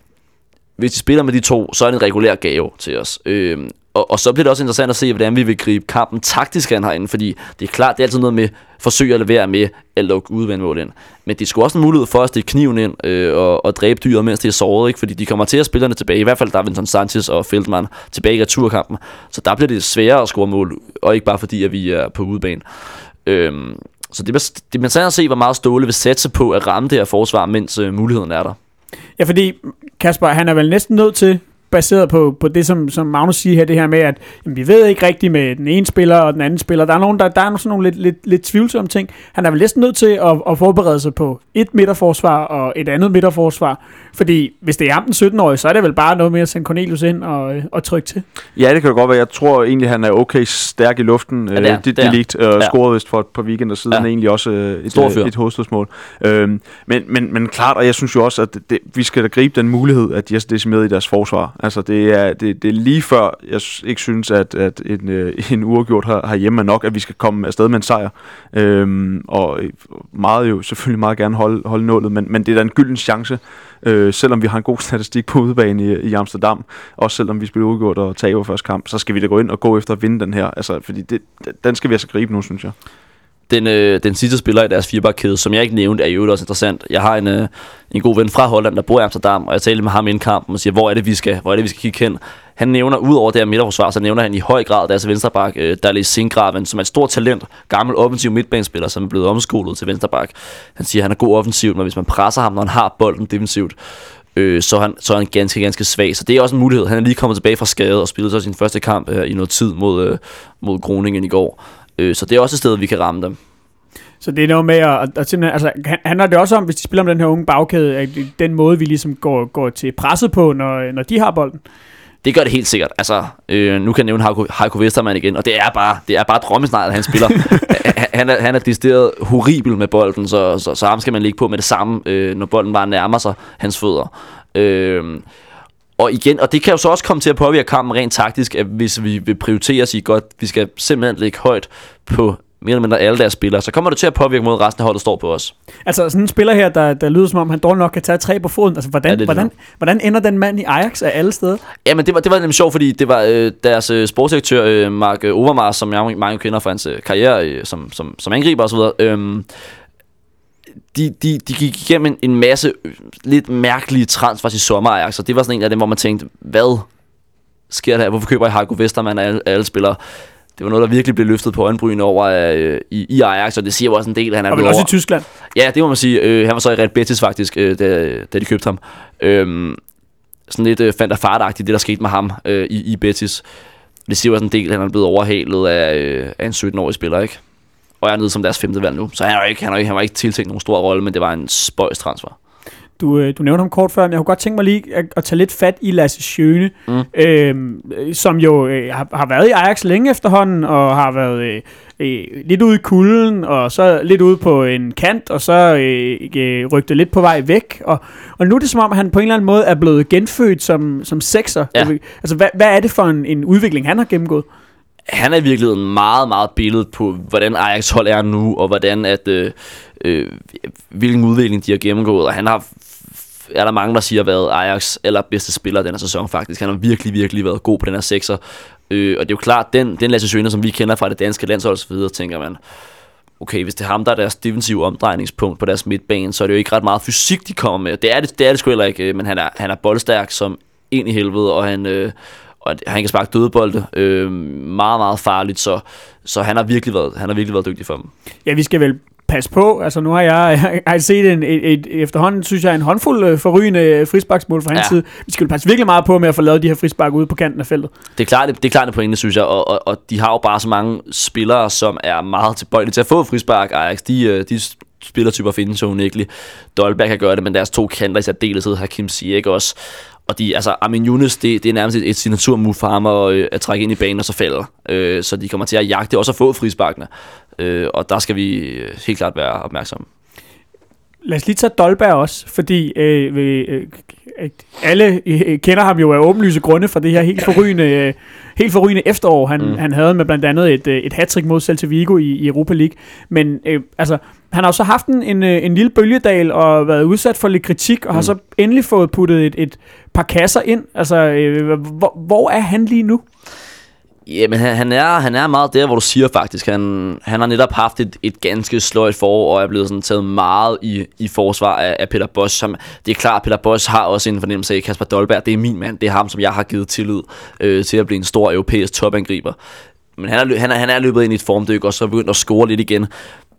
Hvis de spiller med de to, så er det en regulær gave til os. Øh, og, og så bliver det også interessant at se, hvordan vi vil gribe kampen taktisk an herinde, fordi det er klart, det er altid noget med forsøge at levere med at lukke udvendmål ind. Men det er sgu også en mulighed for at stikke kniven ind øh, og, og dræbe dyret, mens det er såret, ikke? Fordi de kommer til at spillerne tilbage, i hvert fald Davinson Sanchez og Feldman tilbage i returkampen. Så der bliver det sværere at score mål, og ikke bare fordi, at vi er på udebane. Øhm, så det bliver, det bliver sådan at se, hvor meget Ståle vil satse på at ramme det her forsvar, mens øh, muligheden er der. Ja, fordi Kasper, han er vel næsten nødt til, baseret på, på det, som, som Magnus siger her, det her med, at jamen, vi ved ikke rigtigt med den ene spiller og den anden spiller. Der er, nogen, der, der er sådan nogle lidt, lidt, lidt tvivlsomme ting. Han er vel næsten nødt til at, at forberede sig på et midterforsvar og et andet midterforsvar. Fordi hvis det er ham den sytten-årige, så er det vel bare noget med at sende Cornelius ind og, og trykke til. Ja, det kan det godt være. Jeg tror egentlig, han er okay stærk i luften. Ja, det er, det, det er ligt. Øh, ja. Scorede vist for et par weekender siden. Ja. Egentlig også øh, et, et, et hovedstødsmål. Øhm, men, men, men klart, og jeg synes jo også, at det, vi skal da gribe den mulighed, at de er decimeret i deres forsvar. Altså, det er, det, det er lige før, jeg ikke synes, at, at en, øh, en uafgjort her, herhjemme er nok, at vi skal komme afsted med en sejr. Øhm, og meget jo selvfølgelig meget gerne holde, holde nålet, men, men det er da en gylden chance, øh, selvom vi har en god statistik på udebane i, i Amsterdam, også selvom vi spiller uafgjort og taber første kamp, så skal vi da gå ind og gå efter at vinde den her. Altså, fordi det, den skal vi altså gribe nu, synes jeg. Den, øh, den sidste spiller i deres firebakkæde, som jeg ikke nævnte, er jo også interessant. Jeg har en, øh, en god ven fra Holland, der bor i Amsterdam, og jeg talte med ham inden kampen og siger, hvor er det, vi skal, hvor er det, vi skal kigge hen. Han nævner, ud over det her midterforsvar, så nævner han i høj grad deres venstreback, øh, Dali Singraven, som er et stort talent, gammel offensiv midtbanespiller, som er blevet omskolet til venstreback. Han siger, at han er god offensivt, men hvis man presser ham, når han har bolden defensivt, øh, så, er han, så er han ganske, ganske svag. Så det er også en mulighed. Han er lige kommet tilbage fra skade og spillede så sin første kamp øh, i noget tid mod, øh, mod Groningen i går. Øh, så det er også et sted, vi kan ramme dem. Så det er noget med at, at simpelthen, altså handler det også om, hvis de spiller om den her unge bagkæde, at den måde vi ligesom går, går til presset på, når, når de har bolden? Det gør det helt sikkert. Altså, øh, nu kan jeg nævne Heiko, Heiko Westermann igen, og det er bare, det er bare drømmesneglet, han spiller. han, er, han er decideret horribel med bolden, så, så, så ham skal man ligge på med det samme, øh, når bolden bare nærmer sig hans fødder. Øh, og igen, og det kan jo så også komme til at påvirke kampen rent taktisk, at hvis vi vil prioritere og sige godt, vi skal simpelthen ligge højt på mere eller mindre alle deres spillere, så kommer det til at påvirke mod resten af holdet, der står på os. Altså sådan en spiller her, der, der lyder som om, han dårligt nok kan tage tre på foden. Altså hvordan, ja, hvordan, hvordan ender den mand i Ajax af alle steder? Ja, men det var, det var nemlig sjovt, fordi det var øh, deres øh, sportsdirektør, øh, Mark Overmars, som jeg mange kender fra hans øh, karriere øh, som, som, som angriber og så videre. Øh, de, de, de gik igennem en, en masse øh, lidt mærkelige transfers i sommer Ajax, og det var sådan en af dem, hvor man tænkte, hvad sker der her? Hvorfor køber jeg Heiko Westermann af alle, alle spillere? Det var noget, der virkelig blev løftet på øjenbrynene over øh, i, i Ajax, og det siger jo også en del, at han er og blevet også over. I Tyskland. Ja, det må man sige. Øh, han var så i Real Betis faktisk, øh, da, da de købte ham. Øh, sådan lidt øh, fandt-af-fart-agtigt, det der skete med ham øh, i, i Betis. Det siger jo også en del, at han er blevet overhalet af, øh, af en sytten-årig spiller, ikke? Og jeg er nede som deres femte valg nu. Så han var ikke, han var ikke, han var ikke tiltænkt nogen stor rolle, men det var en spøjs transfer. Du, du nævnte ham kort før, men jeg kunne godt tænke mig lige at, at tage lidt fat i Lasse Schöne, mm. øhm, som jo øh, har, har været i Ajax længe efterhånden, og har været øh, øh, lidt ude i kulden, og så lidt ude på en kant, og så øh, øh, rygte lidt på vej væk. Og, og nu er det som om, han på en eller anden måde er blevet genfødt som, som sekser. Ja. Altså, hvad, hvad er det for en, en udvikling, han har gennemgået? Han er i virkeligheden meget, meget billedet på, hvordan Ajax hold er nu, og hvordan at, øh, øh, hvilken udvikling de har gennemgået. Og han har, er der mange, der siger, været Ajax eller bedste spiller denne sæson faktisk. Han har virkelig, virkelig været god på den her sekser. Øh, og det er jo klart, den, den Lasse Schöne, som vi kender fra det danske landshold og så videre, tænker man, okay, hvis det er ham, der er deres defensive omdrejningspunkt på deres midtbane, så er det jo ikke ret meget fysik, de kommer med. Det er det, det, er det sgu heller ikke, men han er, han er boldstærk som ind i helvede, og han... Øh, og han kan sparke dødebolde øh, meget, meget farligt, så, så han, har virkelig været, han har virkelig været dygtig for dem. Ja, vi skal vel passe på, altså nu har jeg, jeg har set en, et, et, efterhånden, synes jeg, en håndfuld forrygende frisparksmål fra hans ja. side. Vi skal vel passe virkelig meget på med at få lavet de her frispark ude på kanten af feltet. Det er klart, det, det er klart en pointe, synes jeg, og, og, og de har jo bare så mange spillere, som er meget tilbøjelige til at få frispark. Ajax, de, de spillertyper findes jo unægteligt. Dolberg kan gøre det, men deres to kanter i særdeleshed, Hakim Ziyech også. Og de, altså, Armin Younes, det, det er nærmest et, et signaturmove for ham at, øh, at trække ind i banen og så falder. Øh, så de kommer til at jagte også at få frisparkene. Øh, og der skal vi helt klart være opmærksomme. Lad os lige tage Dolberg også, fordi øh, øh, alle øh, kender ham jo af åbenlyse grunde fra det her helt forrygende, øh, helt forrygende efterår, han, mm. han havde med blandt andet et, et hattrick mod Celta Vigo i, i Europa League. Men øh, altså, han har jo så haft en, en, en lille bølgedal og været udsat for lidt kritik, og mm. har så endelig fået puttet et, et par kasser ind. Altså, øh, hvor, hvor er han lige nu? Jamen, han, han, er, han er meget der, hvor du siger faktisk. Han, han har netop haft et, et ganske sløjt forår, og er blevet sådan taget meget i, i forsvar af, af Peter Bosz. Som, det er klart, at Peter Bosz har også en fornemmelse af, Kasper Dolberg, det er min mand. Det er ham, som jeg har givet tillid øh, til at blive en stor europæisk topangriber. Men han er, han, er, han er løbet ind i et formdyk, og så er begyndt at score lidt igen.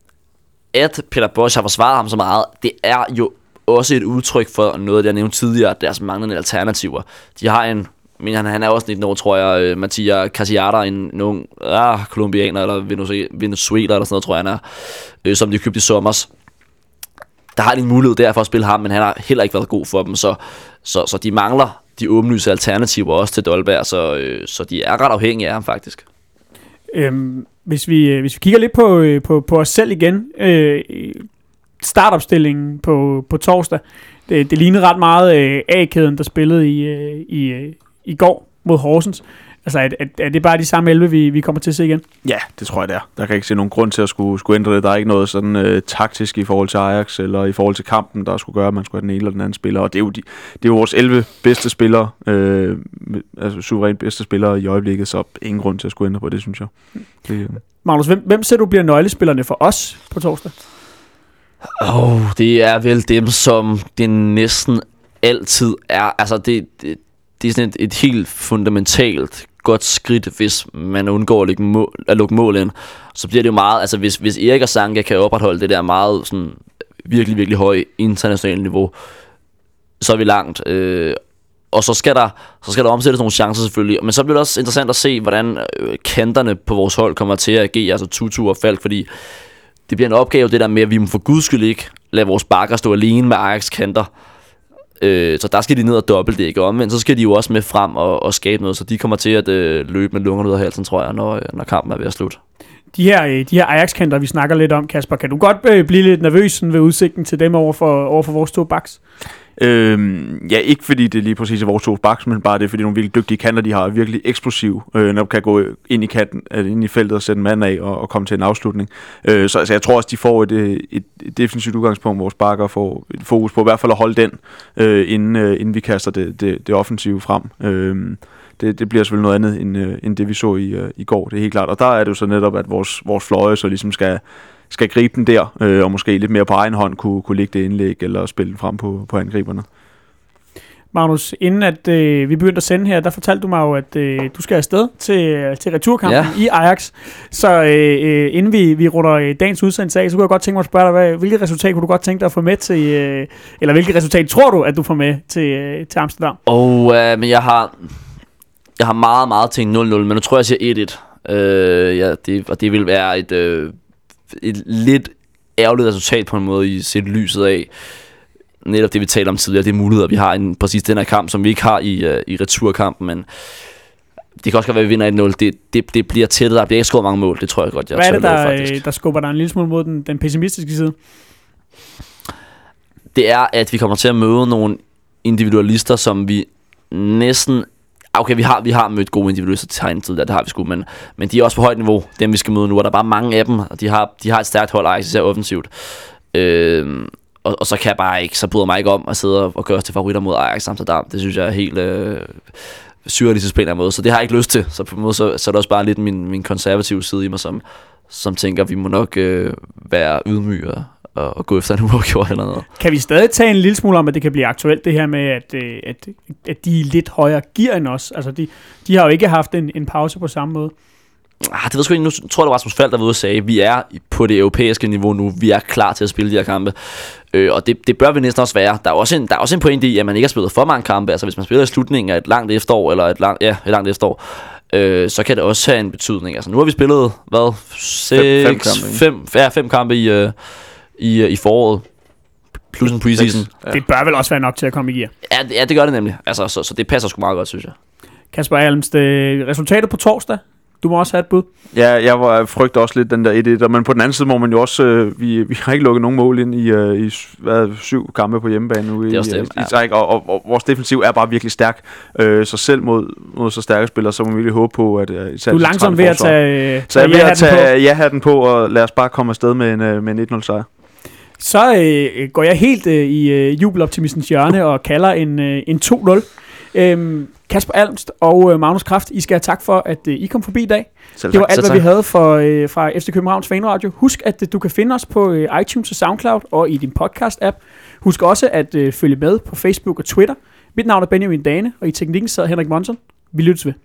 At Peter Bosz har forsvaret ham så meget, det er jo også et udtryk for noget, jeg nævnte tidligere, deres manglende alternativer. De har en... Men han, han er også nitten år, tror jeg, uh, Mattia Casiata, en ung ah, kolumbianer eller Venezuela eller sådan noget, tror jeg han er, uh, som de købte i sommers. Der har de en mulighed der for at spille ham, men han har heller ikke været god for dem, så, så, så de mangler de åbenlyse alternativer også til Dolberg, så, uh, så de er ret afhængige af ham faktisk. Øhm, hvis, vi, hvis vi kigger lidt på, på, på os selv igen, øh, startopstillingen på, på torsdag, det, det lignede ret meget øh, A-kæden, der spillede i, øh, i øh, i går mod Horsens. Altså, er, er, er det bare de samme elleve, vi, vi kommer til at se igen? Ja, det tror jeg, det er. Der kan ikke se nogen grund til at skulle, skulle ændre det. Der er ikke noget sådan øh, taktisk i forhold til Ajax, eller i forhold til kampen, der skulle gøre, at man skulle have den ene eller den anden spiller. Og det er jo, de, det er jo vores elleve bedste spillere, øh, altså suverænt bedste spillere i øjeblikket, så ingen grund til at skulle ændre på det, synes jeg. Det, øh. Magnus, hvem, hvem ser du bliver nøglespillerne for os på torsdag? Åh, oh, det er vel dem, som det næsten altid er. Altså, det... det Det er sådan et, et helt fundamentalt godt skridt, hvis man undgår at, mål, at lukke mål ind. Så bliver det jo meget, altså hvis, hvis Erik og Sanka kan opretholde det der meget sådan, virkelig, virkelig høje internationale niveau, så er vi langt. Øh, og så skal, der, så skal der omsættes nogle chancer selvfølgelig. Men så bliver det også interessant at se, hvordan kanterne på vores hold kommer til at agere, altså Tutu og Falk, fordi det bliver en opgave, det der med, at vi må for guds skyld ikke lade vores bakker stå alene med Ajax kanter. Øh, så der skal de ned og dobbeltdække, og omvendt så skal de jo også med frem og, og skabe noget, så de kommer til at øh, løbe med lungerne ud af halsen, tror jeg, når, når kampen er ved at slutte. De her, de her Ajax-kanter, vi snakker lidt om, Kasper, kan du godt øh, blive lidt nervøs sådan, ved udsigten til dem over for, over for vores to backs? Øhm, ja, ikke fordi det er lige præcis er vores to backs, men bare det, fordi nogle virkelig dygtige kanter, de har virkelig eksplosiv, øh, når de kan gå ind i kanten, øh, ind i feltet og sætte en mand af og, og komme til en afslutning. Øh, så altså, jeg tror også, de får et, et, et defensivt udgangspunkt, vores backer får et fokus på i hvert fald at holde den, øh, inden, øh, inden vi kaster det, det, det offensive frem. Øh, det, det bliver selvfølgelig noget andet, end, øh, end det vi så i, øh, i går, det er helt klart. Og der er det jo så netop, at vores, vores fløje så ligesom skal skal gribe den der, øh, og måske lidt mere på egen hånd kunne, kunne lægge det indlæg, eller spille den frem på, på angriberne. Magnus, inden at øh, vi begyndte at sende her, der fortalte du mig jo, at øh, du skal afsted til, til returkampen ja. i Ajax. Så øh, inden vi, vi runder dagens udsendelse af, så kunne jeg godt tænke mig at spørge dig, hvad, hvilket resultat kunne du godt tænke dig at få med til, øh, eller hvilket resultat tror du, at du får med til, øh, til Amsterdam? Og øh, men jeg har, jeg har meget, meget tænkt nul nul, men nu tror jeg, jeg siger et et. Øh, ja, det, og det vil være et... Øh, et lidt ærgerligt resultat på en måde i set lyset af netop det vi talte om tidligere, det er muligheder vi har i præcis den her kamp, som vi ikke har i, uh, i returkampen, men det kan også godt være, at vi vinder et nul. Det, det, det bliver tættet, der bliver ikke skåret mange mål, det tror jeg godt, jeg Hvad er det, der, lave, der skubber dig en lille smule mod den, den pessimistiske side? Det er, at vi kommer til at møde nogle individualister, som vi næsten... Okay, vi har, vi har mødt gode individualister til egen tid, der, det har vi sgu, men, men de er også på højt niveau, dem vi skal møde nu, og der er bare mange af dem, og de har, de har et stærkt hold, Ajax, især offensivt. Øh, og, og så kan jeg bare ikke, så bryder mig ikke om at sidde og gøre os til favoritter mod Ajax Amsterdam. Det synes jeg er helt øh, surrealistisk på en eller anden måde, så det har jeg ikke lyst til. Så på en måde, så, så er det også bare lidt min, min konservative side i mig, som, som tænker, at vi må nok øh, være ydmyge og, og gå efter en uafgjort eller noget. Kan vi stadig tage en lille smule om, at det kan blive aktuelt, det her med, at, at, at de er lidt højere gear end os? Altså, de, de har jo ikke haft en, en pause på samme måde. Ah, det ved jeg sgu ikke. Nu tror jeg, det var Rasmus Falk, der var ude og sagde, vi er på det europæiske niveau nu. Vi er klar til at spille de her kampe. Øh, og det, det bør vi næsten også være. Der er også en, der er også en pointe i, at man ikke har spillet for mange kampe. Altså, hvis man spiller i slutningen af et langt efterår, eller et langt, ja, et langt efterår, øh, så kan det også have en betydning. Altså, nu har vi spillet, hvad? Seks, fem, fem kampe, fem, ja, fem kampe i, øh, i, i foråret. plus en preseason. Ja. Det bør vel også være nok til at komme i gear. Ja, det, ja, det gør det nemlig. Altså, så, så det passer sgu meget godt, synes jeg. Kasper Almst, øh, resultatet på torsdag. Du må også have et bud. Ja, jeg var frygter også lidt den der et et, men på den anden side må man jo også, øh, vi, vi har ikke lukket nogen mål ind i, øh, i hvad, syv kampe på hjemmebane nu i, det, i, ja. i træk, og, og, og vores defensiv er bare virkelig stærk, øh, så selv mod, mod så stærke spillere, så må vi virkelig håbe på, at øh, du er langsomt ved at tage, så jeg er ved at tage ja-hatten på, og lad os bare komme afsted med en, med en et nul sejr. Så øh, går jeg helt øh, i øh, jubeloptimistens hjørne og kalder en, øh, en to nul. Øhm, Kasper Almst og øh, Magnus Kraft, I skal have tak for, at øh, I kom forbi i dag. Selv det var tak. alt, hvad vi havde for, øh, fra F C Københavns Fanradio. Husk, at øh, du kan finde os på øh, iTunes og SoundCloud og i din podcast-app. Husk også at øh, følge med på Facebook og Twitter. Mit navn er Benjamin Dane, og i teknikken sad Henrik Monson. Vi lyttes ved.